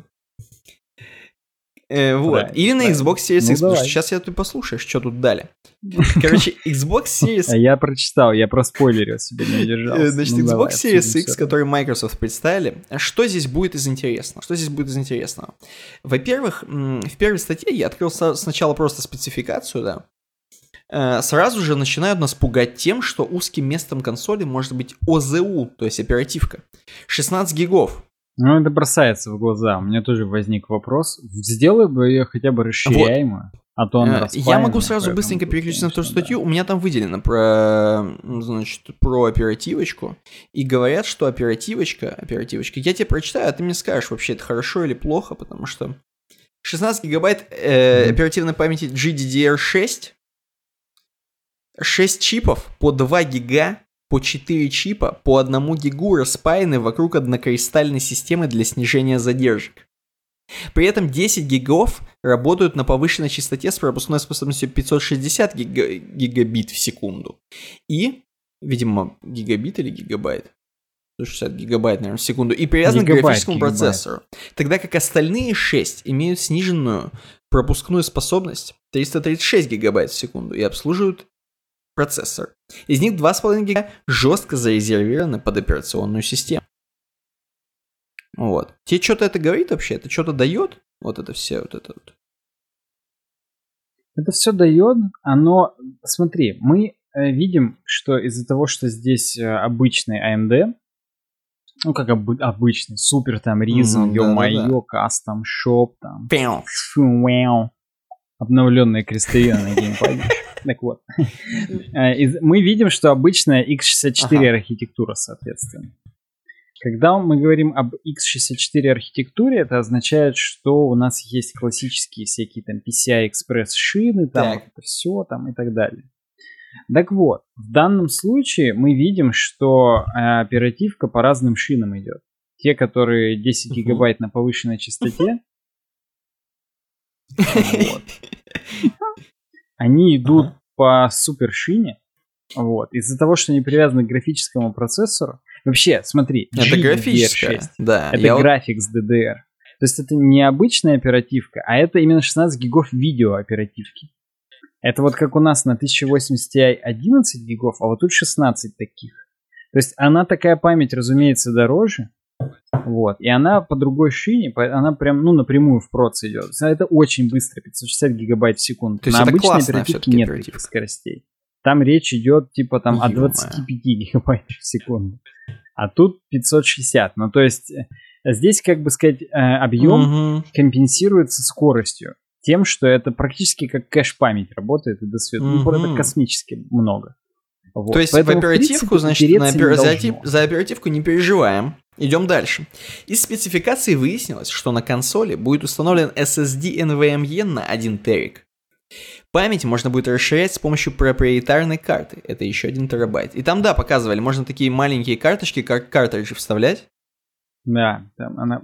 Вот. Или на Xbox Series X, потому что сейчас ты послушаешь, что тут дали. Короче, Xbox Series... Я прочитал, я проспойлерил себе, не удержался. Значит, Xbox Series X, который Microsoft представили, что здесь будет из интересного? Во-первых, в первой статье я открыл сначала просто спецификацию, да. Сразу же начинают нас пугать тем, что узким местом консоли может быть ОЗУ, то есть оперативка. 16 гигов. Ну, это бросается в глаза. У меня тоже возник вопрос. Сделай бы ее хотя бы расширяемую, а то она я могу сразу быстренько переключиться на ту статью. Да. У меня там выделено про оперативочку. И говорят, что оперативочка, я тебе прочитаю, а ты мне скажешь, вообще это хорошо или плохо, потому что 16 гигабайт оперативной памяти GDDR6, 6 чипов по 2 гига, по 4 чипа, по 1 гигу распаяны вокруг однокристальной системы для снижения задержек. При этом 10 гигов работают на повышенной частоте с пропускной способностью 560 гигабит в секунду. И, видимо, гигабит или гигабайт? 160 гигабайт, наверное, в секунду. И привязаны к графическому процессору. Тогда как остальные 6 имеют сниженную пропускную способность 336 гигабайт в секунду и обслуживают процессор. Из них 2,5 гига жестко зарезервированы под операционную систему. Вот. Тебе что-то это говорит вообще? Это что-то дает? Вот это все, вот это вот. Это все дает, оно... Смотри, мы видим, что из-за того, что здесь обычный AMD, ну как обычный, супер там Ryzen, ё-моё, кастом, шоп, там, обновленные крестовины на геймпаде. Так вот, мы видим, что обычная x64 архитектура, соответственно. Когда мы говорим об x64 архитектуре, это означает, что у нас есть классические всякие там PCI-Express шины, там вот это все там и так далее. Так вот, в данном случае мы видим, что оперативка по разным шинам идет. Те, которые 10 гигабайт на повышенной частоте, они идут по супершине. Вот. Из-за того, что они привязаны к графическому процессору. Вообще, смотри, это графическая, да. Это Graphics DDR. То есть это не обычная оперативка, а это именно 16 гигов видео оперативки. Это вот как у нас на 1080 Ti 11 гигов, а вот тут 16 таких. То есть она такая память, разумеется, дороже. Вот. И она по другой шине, она прям, напрямую в проц идет. Это очень быстро, 560 гигабайт в секунду. То есть на это обычной классная оперативке нет таких скоростей. Там речь идет типа там о 25 гигабайт в секунду. А тут 560. Ну, то есть здесь, как бы сказать, объем компенсируется скоростью. Тем, что это практически как кэш-память работает и до света. Ну, это космически много. Вот. То есть поэтому, в оперативку, в принципе, значит, за оперативку не переживаем. Идем дальше. Из спецификации выяснилось, что на консоли будет установлен SSD NVMe на 1 терик. Память можно будет расширять с помощью проприетарной карты. Это еще 1 терабайт. И там, да, показывали, можно такие маленькие карточки, как картриджи вставлять. Да, там она...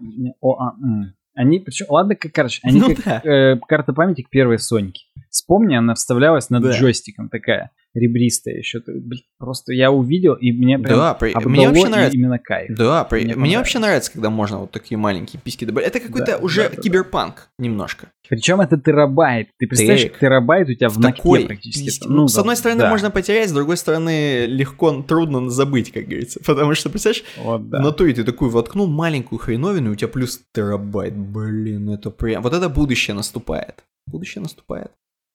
Они, причем, ладно, как карточки, они карта памяти к первой Соньке. Вспомни, она вставлялась над джойстиком такая, ребристая еще. Просто я увидел, и мне прям мне вообще нравится. Именно кайф. Да, мне вообще нравится, когда можно вот такие маленькие письки добавить. Это какой-то уже киберпанк немножко. Причем это терабайт. Ты представляешь, терабайт у тебя в ногте практически. Ну, с одной стороны можно потерять, с другой стороны трудно забыть, как говорится. Потому что, представляешь, в натуре ты такую воткнул маленькую хреновину, и у тебя плюс терабайт. Блин, это прям... Вот это будущее наступает. Будущее наступает.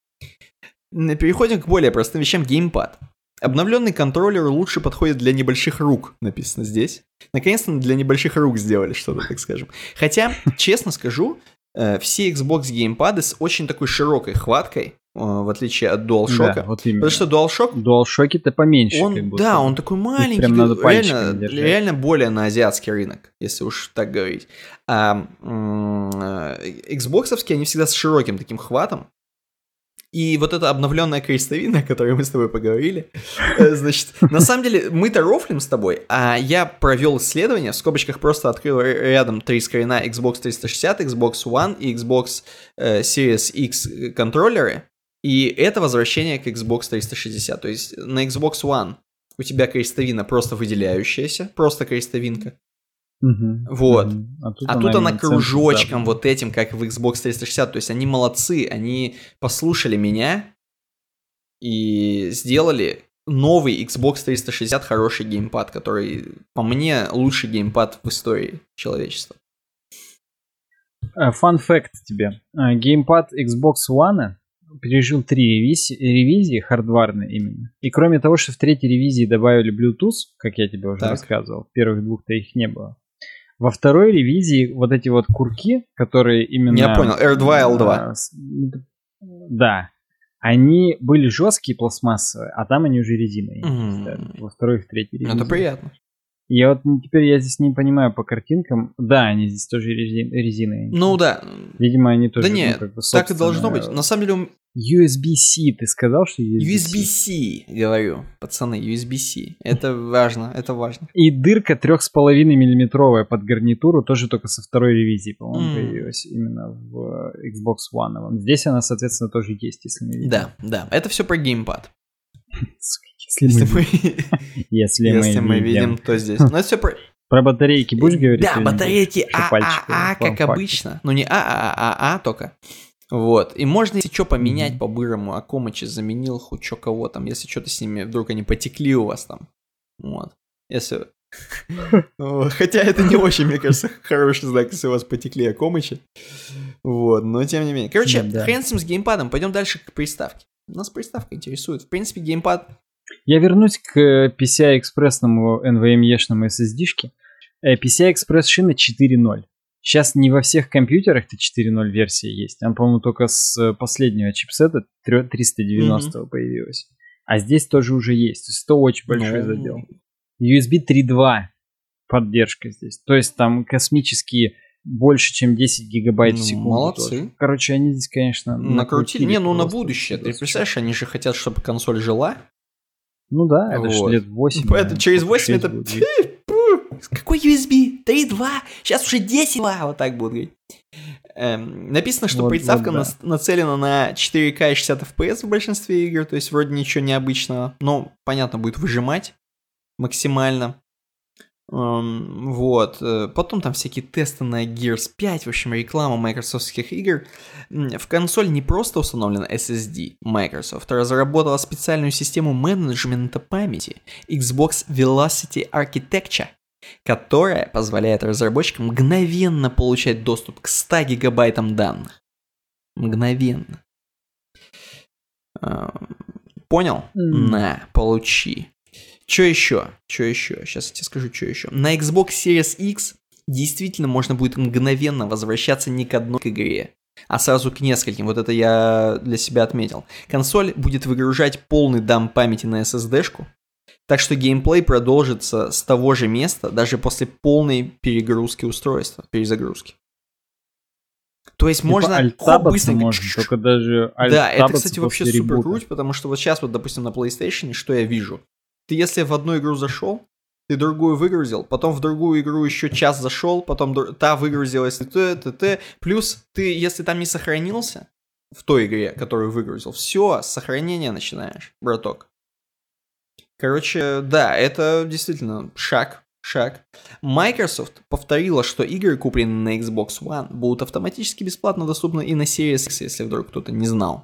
Переходим к более простым вещам. Геймпад. Обновленный контроллер лучше подходит для небольших рук, написано здесь. Наконец-то для небольших рук сделали что-то, так скажем. Хотя, честно скажу, все Xbox геймпады с очень такой широкой хваткой, в отличие от DualShock. Да, вот именно. Потому что DualShock... DualShock-то поменьше. Он такой маленький, реально более на азиатский рынок, если уж так говорить. А Xbox-овские, они всегда с широким таким хватом. И вот эта обновленная крестовина, о которой мы с тобой поговорили, значит, на самом деле мы-то рофлим с тобой, а я провел исследование, в скобочках просто открыл рядом 3 скрина Xbox 360, Xbox One и Xbox Series X контроллеры, и это возвращение к Xbox 360. То есть на Xbox One у тебя крестовина просто выделяющаяся, просто крестовинка. Вот. А тут она кружочком вот этим, как в Xbox 360. То есть они молодцы, они послушали меня и сделали новый Xbox 360 хороший геймпад, который, по мне, лучший геймпад в истории человечества. Fun fact тебе. Геймпад Xbox One пережил 3 ревизии хардварные именно. И кроме того, что в 3-й ревизии добавили Bluetooth, как я тебе уже рассказывал, в первых 2-то их не было. Во 2-й ревизии вот эти вот курки, которые именно... Я понял, R2, L2. Да. Они были жесткие, пластмассовые, а там они уже резиновые. Во 2-й и в 3-й ревизии. Это приятно. И вот теперь я здесь не понимаю по картинкам. Да, они здесь тоже резиновые. Ну да. Видимо, они тоже... Да нет, так и должно быть. На самом деле... USB-C, ты сказал, что USB-C? USB-C, говорю, пацаны, USB-C. Это важно, это важно. И дырка 3,5 миллиметровая под гарнитуру тоже только со 2-й ревизии, по-моему, появилась именно в Xbox One. Здесь она, соответственно, тоже есть, если мы видим. Да, это все про геймпад. Если мы видим, то здесь. Но это все про... Про батарейки будешь говорить? Да, батарейки ААА, как обычно. Ну не ААА только. Вот. И можно, если что, поменять по-бырому. Акомыча заменил, хоть что кого там. Если что-то с ними, вдруг они потекли у вас там. Вот. Если... Хотя это не очень, мне кажется, хороший знак, если у вас потекли Акомычи. Вот, но тем не менее. Короче, хрен с ним с геймпадом. Пойдем дальше к приставке. Нас приставка интересует. В принципе, геймпад... Я вернусь к PCI-экспрессному NVMe-шному SSD-шке. PCI-экспресс шина 4.0. Сейчас не во всех компьютерах-то 4.0 версия есть. Там, по-моему, только с последнего чипсета 390 появилась. А здесь тоже уже есть. То есть это очень большой задел. USB 3.2 поддержка здесь. То есть там космические больше, чем 10 гигабайт в секунду. Молодцы. Тоже. Короче, они здесь, конечно, накрутили. Не, ну на будущее. Ты представляешь, они же хотят, чтобы консоль жила. Ну да, это же лет 8. Поэтому через 8 это... Какой USB? 3.2? Сейчас уже 10.2. Вот так будут говорить. Написано, что приставка нацелена на 4К и 60 FPS в большинстве игр. То есть вроде ничего необычного. Но, понятно, будет выжимать максимально. Вот. Потом там всякие тесты на Gears 5, в общем, реклама майкрософтских игр. В консоль не просто установлен SSD. Microsoft разработала специальную систему менеджмента памяти Xbox Velocity Architecture, которая позволяет разработчикам мгновенно получать доступ к 100 гигабайтам данных. Мгновенно. Понял? На, получи. Что еще? Сейчас я тебе скажу, что еще. На Xbox Series X действительно можно будет мгновенно возвращаться не к одной игре, а сразу к нескольким. Вот это я для себя отметил. Консоль будет выгружать полный дамп памяти на SSD-шку, так что геймплей продолжится с того же места даже после полной перегрузки устройства, перезагрузки. То есть можно быстро... можно, только даже да, это, кстати, вообще супер круть, потому что вот сейчас вот, допустим, на PlayStation, что я вижу? Ты если в одну игру зашел, ты другую выгрузил, потом в другую игру еще час зашел, потом та выгрузилась, плюс ты, если там не сохранился в той игре, которую выгрузил, все, с сохранения начинаешь, браток. Короче, да, это действительно шаг. Microsoft повторила, что игры, купленные на Xbox One, будут автоматически бесплатно доступны и на Series X, если вдруг кто-то не знал.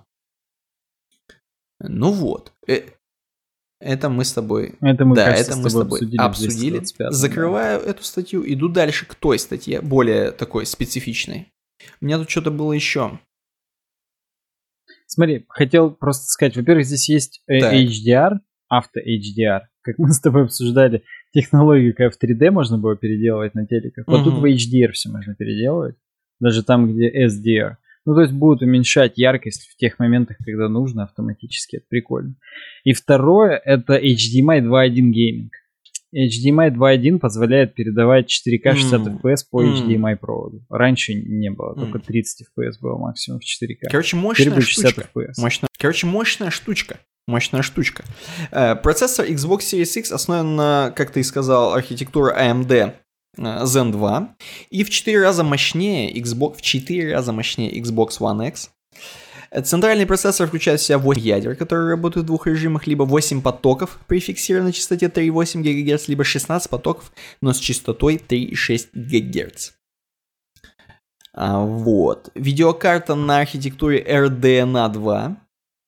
Ну вот. Это мы с тобой... Это мы с тобой обсудили. Закрываю эту статью, иду дальше к той статье, более такой специфичной. У меня тут что-то было еще. Смотри, хотел просто сказать, во-первых, здесь есть HDR, авто-HDR. Как мы с тобой обсуждали, технологию, как в 3D можно было переделывать на телеках. Вот тут в HDR все можно переделывать. Даже там, где SDR. Ну, то есть будут уменьшать яркость в тех моментах, когда нужно автоматически. Это прикольно. И второе, это HDMI 2.1 гейминг. HDMI 2.1 позволяет передавать 4К 60 FPS по HDMI проводу. Раньше не было, только 30 FPS было максимум в 4К. Короче, мощная штучка. Мощная штучка. Процессор Xbox Series X основан на, как ты и сказал, архитектуре AMD Zen 2 и в 4 раза мощнее Xbox One X. Центральный процессор включает в себя 8 ядер, которые работают в двух режимах, либо 8 потоков при фиксированной частоте 3,8 ГГц, либо 16 потоков, но с частотой 3,6 ГГц. Вот. Видеокарта на архитектуре RDNA 2.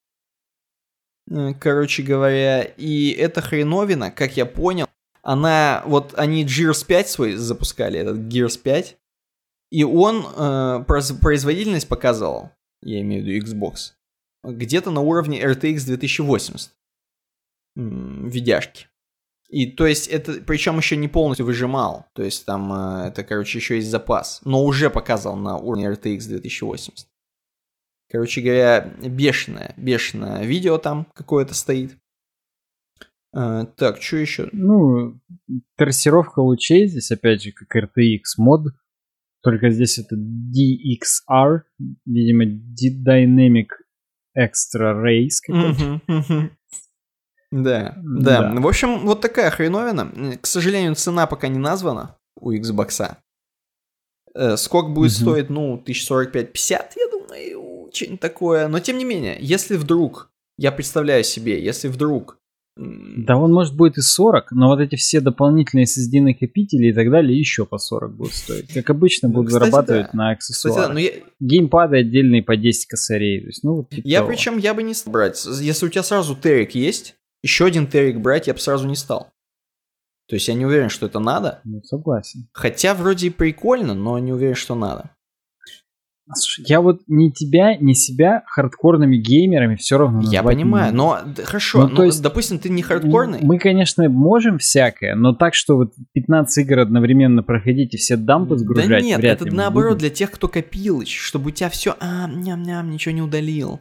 Короче говоря, и эта хреновина, как я понял, они Gears 5 свой запускали, этот Gears 5, и он производительность показывал, я имею в виду Xbox, где-то на уровне RTX 2080 видяшки. И то есть это, причем еще не полностью выжимал, то есть там это, короче, еще есть запас, но уже показывал на уровне RTX 2080. Короче говоря, бешеное видео там какое-то стоит. Так, что еще? Ну, трассировка лучей здесь, опять же, как RTX мод. Только здесь это DXR, видимо, Dynamic Extra Rays какой-то. Да. В общем, вот такая хреновина. К сожалению, цена пока не названа у Xbox. Сколько будет стоить, 1045-50, я думаю, что-нибудь такое. Но тем не менее, если вдруг, я представляю себе, если вдруг Да, он может будет и 40, но вот эти все дополнительные SSD-накопители и так далее еще по 40 будут стоить. Как обычно, будут зарабатывать на аксессуарах. Кстати, Геймпады отдельные по 10 косарей. То есть, ну, вот типа причем я бы не стал брать. Если у тебя сразу терик есть, еще один терик брать я бы сразу не стал. То есть я не уверен, что это надо. Ну, согласен. Хотя вроде и прикольно, но не уверен, что надо. Слушай, я вот ни тебя, ни себя хардкорными геймерами все равно назвать я понимаю, не но хорошо, то есть, допустим, ты не хардкорный. Мы, конечно, можем всякое, но так, что вот 15 игр одновременно проходить и все дампы сгружать, да нет, вряд это ли наоборот будем. Для тех, кто копилыч, чтобы у тебя все, ням-ням, ничего не удалил.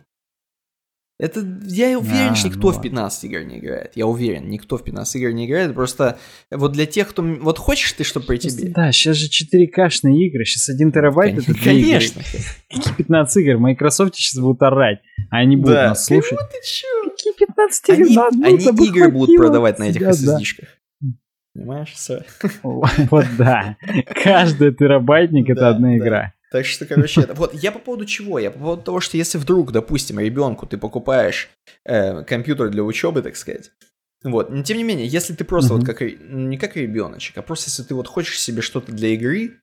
Это, я уверен, что никто в 15 игр не играет. Я уверен, никто в 15 игр не играет. Просто вот для тех, кто... Вот хочешь ты, чтобы при тебе? Да, сейчас же 4К-шные игры. Сейчас 1 терабайт это 2 конечно. игры. Какие 15 игр? Microsoft сейчас будут орать. А они будут нас слушать. Какие 15 игр? Они игры будут продавать на этих SSD-шках. Понимаешь? Вот да. Каждый терабайтник это одна игра. Так что, короче, вот я по поводу чего? Я по поводу того, что если вдруг, допустим, ребенку ты покупаешь компьютер для учебы, так сказать, вот, но тем не менее, если ты просто вот как, не как ребеночек, а просто если ты вот хочешь себе что-то для игры,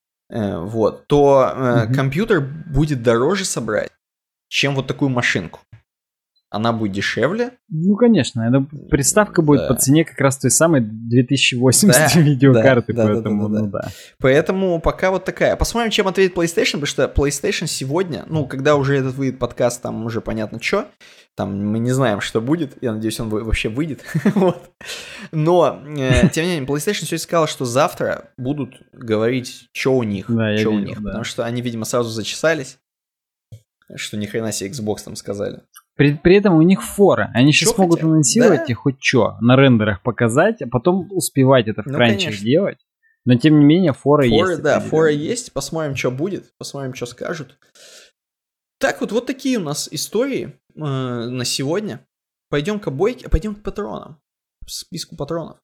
вот, то компьютер будет дороже собрать, чем вот такую машинку. Она будет дешевле. Ну, конечно, эта приставка будет по цене как раз той самой 2080 видеокарты, поэтому, да. Поэтому пока вот такая. Посмотрим, чем ответит PlayStation, потому что PlayStation сегодня, ну, когда уже этот выйдет подкаст, там уже понятно, что. Там мы не знаем, что будет. Я надеюсь, он вообще выйдет. Вот. Но, тем не менее, PlayStation сегодня сказала, что завтра будут говорить, что у них. Да, что у них. Да. Потому что они, видимо, сразу зачесались. Что ни хрена себе Xbox там сказали. При этом у них фора. Они сейчас могут анонсировать и хоть что на рендерах показать, а потом успевать это в кранчах делать. Но тем не менее фора есть. Да, фора есть. Посмотрим, что будет. Посмотрим, что скажут. Так вот такие у нас истории на сегодня. Пойдем к обойке, пойдем к патронам. К списку патронов.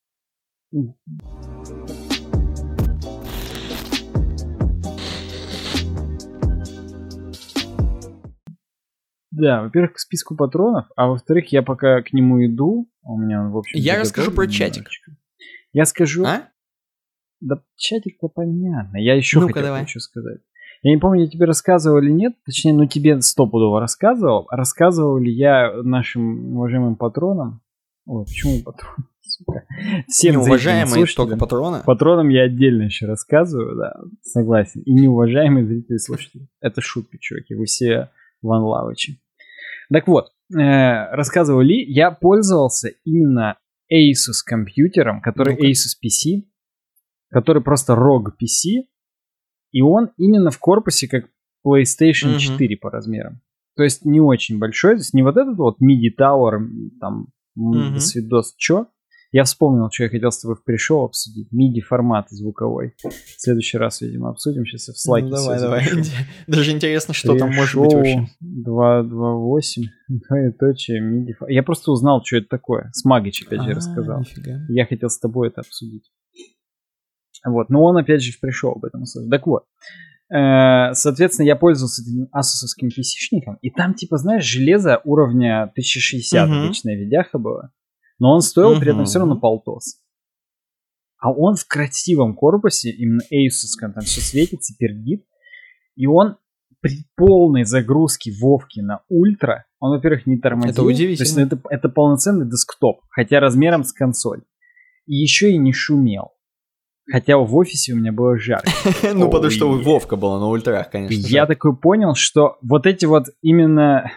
Да, во-первых, к списку патронов, а во-вторых, я пока к нему иду, у меня он, в общем... Я расскажу про чатик. Я скажу... А? Да, чатик-то понятно. Я еще хочу сказать. Я не помню, я тебе рассказывал или нет, точнее, тебе стопудово рассказывал. Рассказывал ли я нашим уважаемым патронам... Ой, почему патронам? Сука. Всем неуважаемые только патроны. Патронам я отдельно еще рассказываю, да, согласен. И неуважаемые зрители и слушатели. Это шутка, чуваки, вы все Ван Лавычи. Так вот, рассказывал ли, я пользовался именно Asus компьютером, который Asus PC, который просто ROG PC, и он именно в корпусе как PlayStation 4 по размерам. То есть не очень большой, то есть не вот этот вот MIDI Tower, там, свидос, чё. Я вспомнил, что я хотел с тобой в пришел обсудить. MIDI формат звуковой. В следующий раз, видимо, обсудим. Сейчас я в слайке давай. Даже интересно, что там может быть вообще. 228. Двоеточие MIDI формат. Я просто узнал, что это такое. Смагыч, опять же, рассказал. Нифига. Я хотел с тобой это обсудить. Вот. Но он, опять же, в пришел об этом услышал. Так вот. Соответственно, я пользовался этим асусовским PC-шником. И там, типа, знаешь, железо уровня 1060 обычная видяха была. Но он стоил при этом все равно полтос. А он в красивом корпусе, именно Asus, там все светится, пердит. И он при полной загрузке Вовки на ультра, он, во-первых, не тормозил. Это удивительно. То есть это полноценный десктоп, хотя размером с консоль. И еще и не шумел. Хотя в офисе у меня было жарко. Ну, потому что Вовка была на ультрах, конечно. Я такой понял, что вот эти вот именно...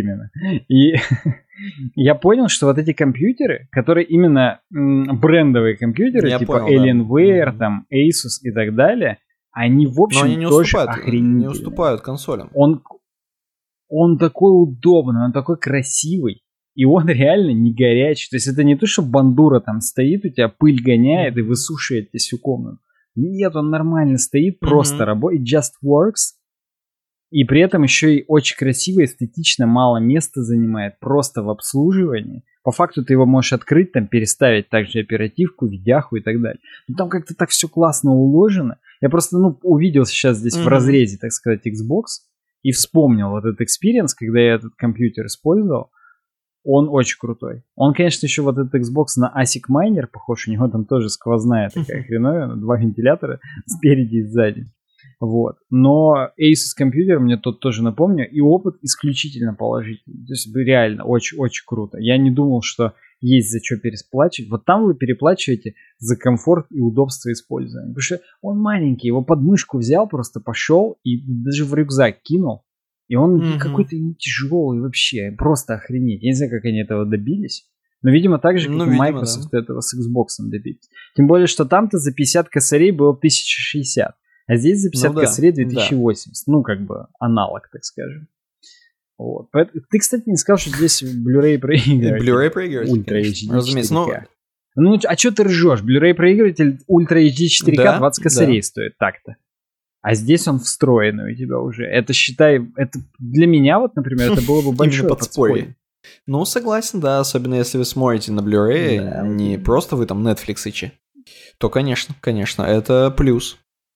И я понял, что вот эти компьютеры, которые именно брендовые компьютеры, типа Alienware, там, Asus и так далее, они, в общем, тоже охренительные. Не уступают консолям. Он такой удобный, он такой красивый. И он реально не горячий. То есть это не то, что бандура там стоит, у тебя пыль гоняет и высушивает тебе всю комнату. Нет, он нормально стоит, просто работает, just works. И при этом еще и очень красиво, эстетично, мало места занимает, просто в обслуживании. По факту ты его можешь открыть, там переставить также оперативку, видяху и так далее. Но там как-то так все классно уложено. Я просто, увидел сейчас здесь в разрезе, так сказать, Xbox и вспомнил вот этот экспириенс, когда я этот компьютер использовал. Он очень крутой. Он, конечно, еще вот этот Xbox на ASIC Miner похож, у него там тоже сквозная такая хреновина, 2 вентилятора спереди и сзади. Вот. Но Asus компьютер мне тут тоже напомню, и опыт исключительно положительный. То есть реально очень-очень круто. Я не думал, что есть за что переплачивать. Вот там вы переплачиваете за комфорт и удобство использования. Потому что он маленький, его под мышку взял, просто пошел и даже в рюкзак кинул. И он какой-то тяжелый вообще, просто охренеть. Я не знаю, как они этого добились. Но, видимо, так же, как и Microsoft этого с Xbox добились. Тем более, что там-то за 50 косарей было 1060. А здесь за 50 косарей 2080. Ну, как бы аналог, так скажем. Вот. Ты, кстати, не сказал, что здесь Blu-ray проигрыватель. Blu-ray проигрыватель? Ультра HD. Разумеется. Ну, а что ты ржешь? Blu-ray проигрыватель Ультра HD 4К 20 косарей стоит так-то. А здесь он встроенный у тебя уже. Это, считай, это для меня вот, например, это было бы большое подспорье. Ну, согласен, да. Особенно если вы смотрите на Blu-ray, не просто вы там Netflix-ичи, то, конечно, это плюс.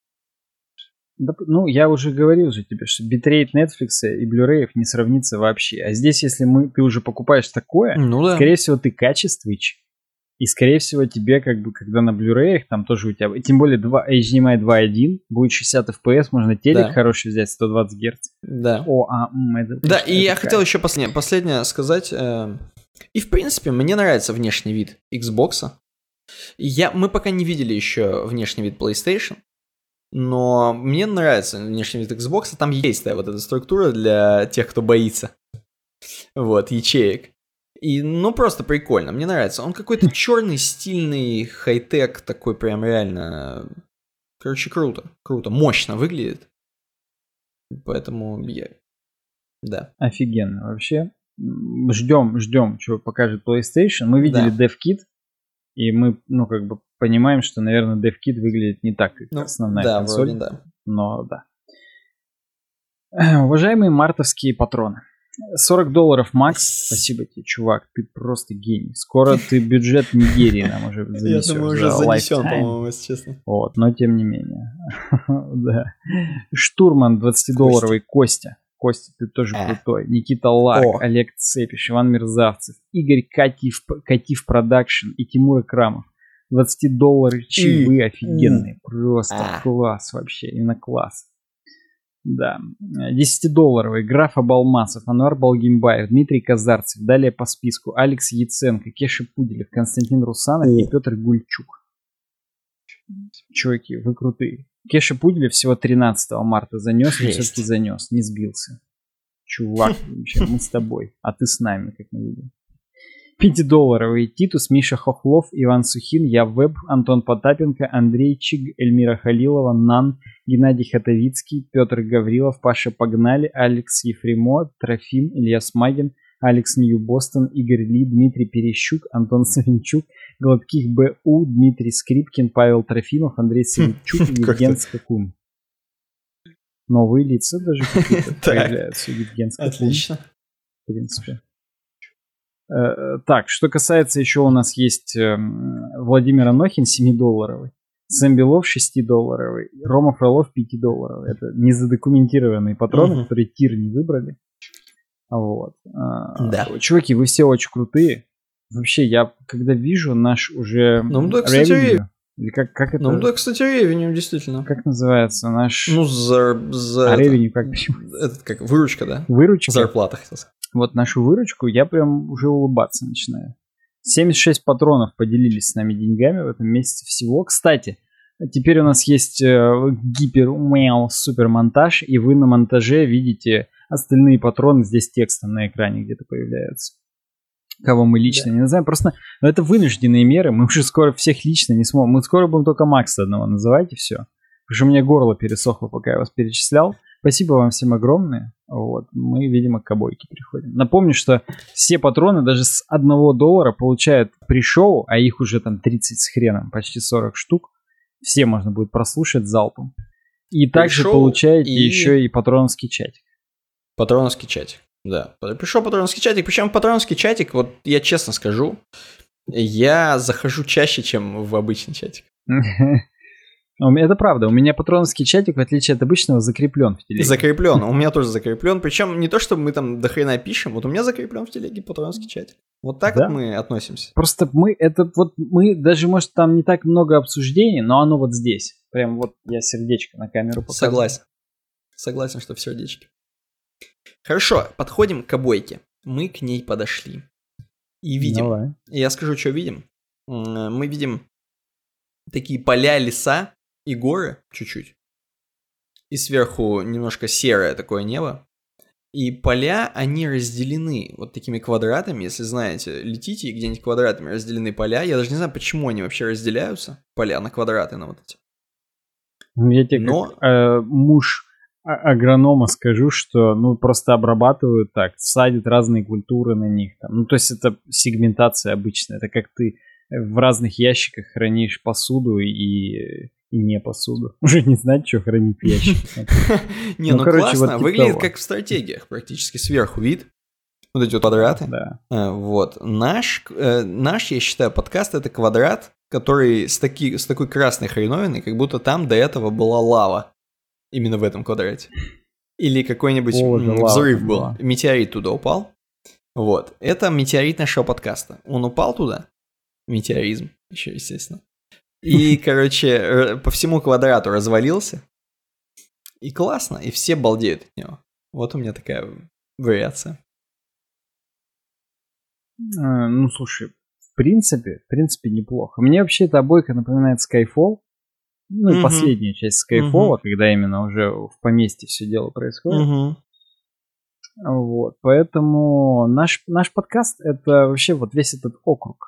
Да, ну, я уже говорил же тебе, что битрейт Netflix и Blu-ray не сравнится вообще. А здесь, если ты уже покупаешь такое, скорее всего, ты качествыч. И, скорее всего, тебе, как бы, когда на Blu-ray, там тоже у тебя... Тем более HDMI 2.1, будет 60 FPS, можно телек хороший взять, 120 Гц. Да. Да, и я хотел еще последнее сказать. И, в принципе, мне нравится внешний вид Xbox. Мы пока не видели еще внешний вид PlayStation. Но мне нравится внешний вид Xbox. Там есть, да, вот эта структура для тех, кто боится. Вот, ячеек. И, ну, просто прикольно, мне нравится. Он какой-то черный, стильный, хай-тек, такой прям реально... Короче, круто, мощно выглядит. Поэтому да. Офигенно вообще. Ждем, что покажет PlayStation. Мы видели DevKit, и мы, ну, как бы понимаем, что, наверное, DevKit выглядит не так, как основная консоль. Вроде да. Но да. Уважаемые мартовские патроны. $40 Макс, спасибо тебе, чувак, ты просто гений. Скоро ты бюджет Нигерии нам уже занесешь. Я думаю, уже занесен, по-моему, если честно. Вот, но тем не менее. Да. Штурман 20-долларовый Костя. Костя, ты тоже крутой. Никита Ларк, Олег Цепиш, Иван Мерзавцев, Игорь Катив Продакшн и Тимур Экрамов. 20 долларов чаевые офигенные. Просто класс вообще, именно класс. Да. 10-долларовый Граф Абалмасов, Ануар Балгимбаев, Дмитрий Казарцев. Далее по списку Алекс Яценко, Кеша Пуделев, Константин Русанов и Петр Гульчук. Чуваки, вы крутые. Кеша Пуделев всего 13 марта занес, но все-таки занес, не сбился. Чувак, вообще, мы с тобой, а ты с нами, как мы видим. 5-долларовый Титус, Миша Хохлов, Иван Сухин, Я Веб, Антон Потапенко, Андрей Чиг, Эльмира Халилова, Нан, Геннадий Хатовицкий, Петр Гаврилов, Паша Погнали, Алекс Ефремо, Трофим, Илья Смагин, Алекс Нью-Бостон, Игорь Ли, Дмитрий Перещук, Антон Савинчук, Гладких БУ, Дмитрий Скрипкин, Павел Трофимов, Андрей Савинчук и Евген Скакун. Новые лица даже какие-то появляются. Евген Скакун. Отлично. В принципе. Так, что касается еще у нас есть Владимир Анохин 7-долларовый, Сэм Белов 6-долларовый, Рома Фролов 5-долларовый. Это незадокументированные патроны, которые тир не выбрали. Вот. Да. Чуваки, вы все очень крутые. Вообще, я когда вижу наш уже ревеню, или как это? Ну да, кстати, ревеню, действительно. Как называется наш... Ну, за ревеню как почему? Этот как, выручка, да? Выручка. Зарплата, хотел сказать. Вот нашу выручку я прям уже улыбаться начинаю. 76 патронов поделились с нами деньгами в этом месяце всего. Кстати, теперь у нас есть супермонтаж, и вы на монтаже видите остальные патроны, здесь текстом на экране где-то появляются. Кого мы лично не называем. Просто это вынужденные меры, мы уже скоро всех лично не сможем. Мы скоро будем только Макса одного называть, и все. Потому что у меня горло пересохло, пока я вас перечислял. Спасибо вам всем огромное. Вот, мы, видимо, к обойке переходим. Напомню, что все патроны даже с $1 получают при шоу, а их уже там 30 с хреном, почти 40 штук. Все можно будет прослушать залпом. И также получаете еще и патроновский чатик. Патроновский чатик, да. Пришел патроновский чатик, причем патроновский чатик, вот я честно скажу, я захожу чаще, чем в обычный чатик. Это правда. У меня патроновский чатик, в отличие от обычного, закреплен в телеге. Закреплен. У меня тоже закреплен. Причем не то, чтобы мы там до хрена пишем. Вот у меня закреплен в телеге патроновский чатик. Вот так вот мы относимся. Просто мы даже, может, там не так много обсуждений, но оно вот здесь. Прям вот я сердечко на камеру показываю. Согласен, что в сердечке. Хорошо, подходим к обойке. Мы к ней подошли. И видим. Давай. Я скажу, что видим. Мы видим такие поля, леса и горы чуть-чуть. И сверху немножко серое такое небо. И поля, они разделены вот такими квадратами. Если знаете, летите, и где-нибудь квадратами разделены поля. Я даже не знаю, почему они вообще разделяются. Поля на квадраты, на вот эти. Я тебе как муж агронома скажу, что просто обрабатывают так, садят разные культуры на них. Там. То есть это сегментация обычная. Это как ты в разных ящиках хранишь посуду и не посуду. Уже не знать, что хранить в ящике. Не, классно. Выглядит как в стратегиях. Практически сверху вид. Вот эти вот квадраты. Да. Вот. Наш, я считаю, подкаст — это квадрат, который с такой красной хреновиной, как будто там до этого была лава. Именно в этом квадрате. Или какой-нибудь взрыв был. Метеорит туда упал. Вот. Это метеорит нашего подкаста. Он упал туда. Метеоризм еще, естественно. И, короче, по всему квадрату развалился. И классно. И все балдеют от него. Вот у меня такая вариация. Слушай, в принципе неплохо. Мне вообще эта обойка напоминает Skyfall. Последняя часть Skyfall, когда именно уже в поместье все дело происходит. Вот, поэтому наш подкаст — это вообще вот весь этот округ.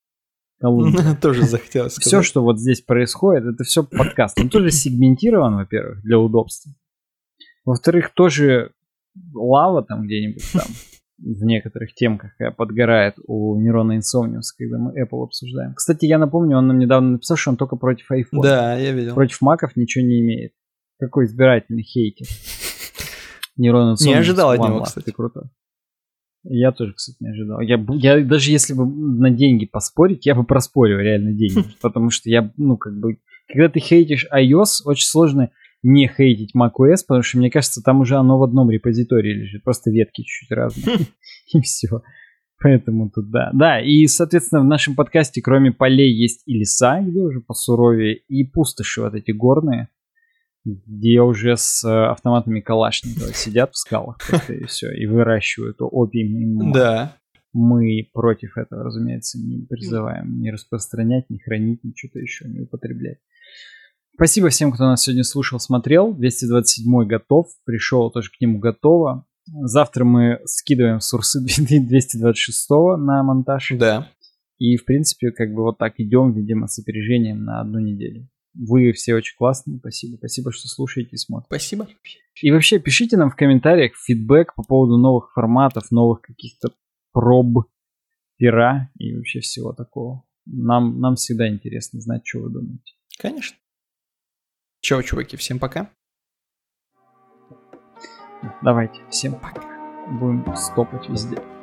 Тоже захотелось сказать. Все, что вот здесь происходит, это все подкаст. Он тоже сегментирован, во-первых, для удобства. Во-вторых, тоже лава там где-нибудь там в некоторых темках подгорает у Нерона Инсомниуса, когда мы Apple обсуждаем. Кстати, я напомню, он нам недавно написал, что он только против iPhone. Да, я видел. Против маков ничего не имеет. Какой избирательный хейтер. Нерон Инсомниус. Не ожидал от него, кстати. Ты крутой. Я тоже, кстати, не ожидал. Я даже если бы на деньги поспорить, я бы проспорил реально деньги. Потому что когда ты хейтишь iOS, очень сложно не хейтить macOS, потому что, мне кажется, там уже оно в одном репозитории лежит. Просто ветки чуть-чуть разные. И все. Поэтому тут да. Да, и, соответственно, в нашем подкасте, кроме полей, есть и леса, где уже посуровее, и пустоши вот эти горные, где уже с автоматами Калашникова сидят в скалах просто и все, и выращивают опиум. Да. Мы против этого, разумеется, не призываем не распространять, не хранить, ничего-то еще не употреблять. Спасибо всем, кто нас сегодня слушал, смотрел. 227-й готов, пришел тоже к нему готово. Завтра мы скидываем сурсы 226-го на монтаж. Да. И, в принципе, вот так идем, видимо, с опережением на 1 неделю. Вы все очень классные, спасибо. Спасибо, что слушаете и смотрите. Спасибо. И вообще, пишите нам в комментариях фидбэк по поводу новых форматов, новых каких-то проб пера и вообще всего такого. Нам всегда интересно знать, что вы думаете. Конечно. Чё, чуваки, всем пока. Давайте, всем пока. Будем стопать везде.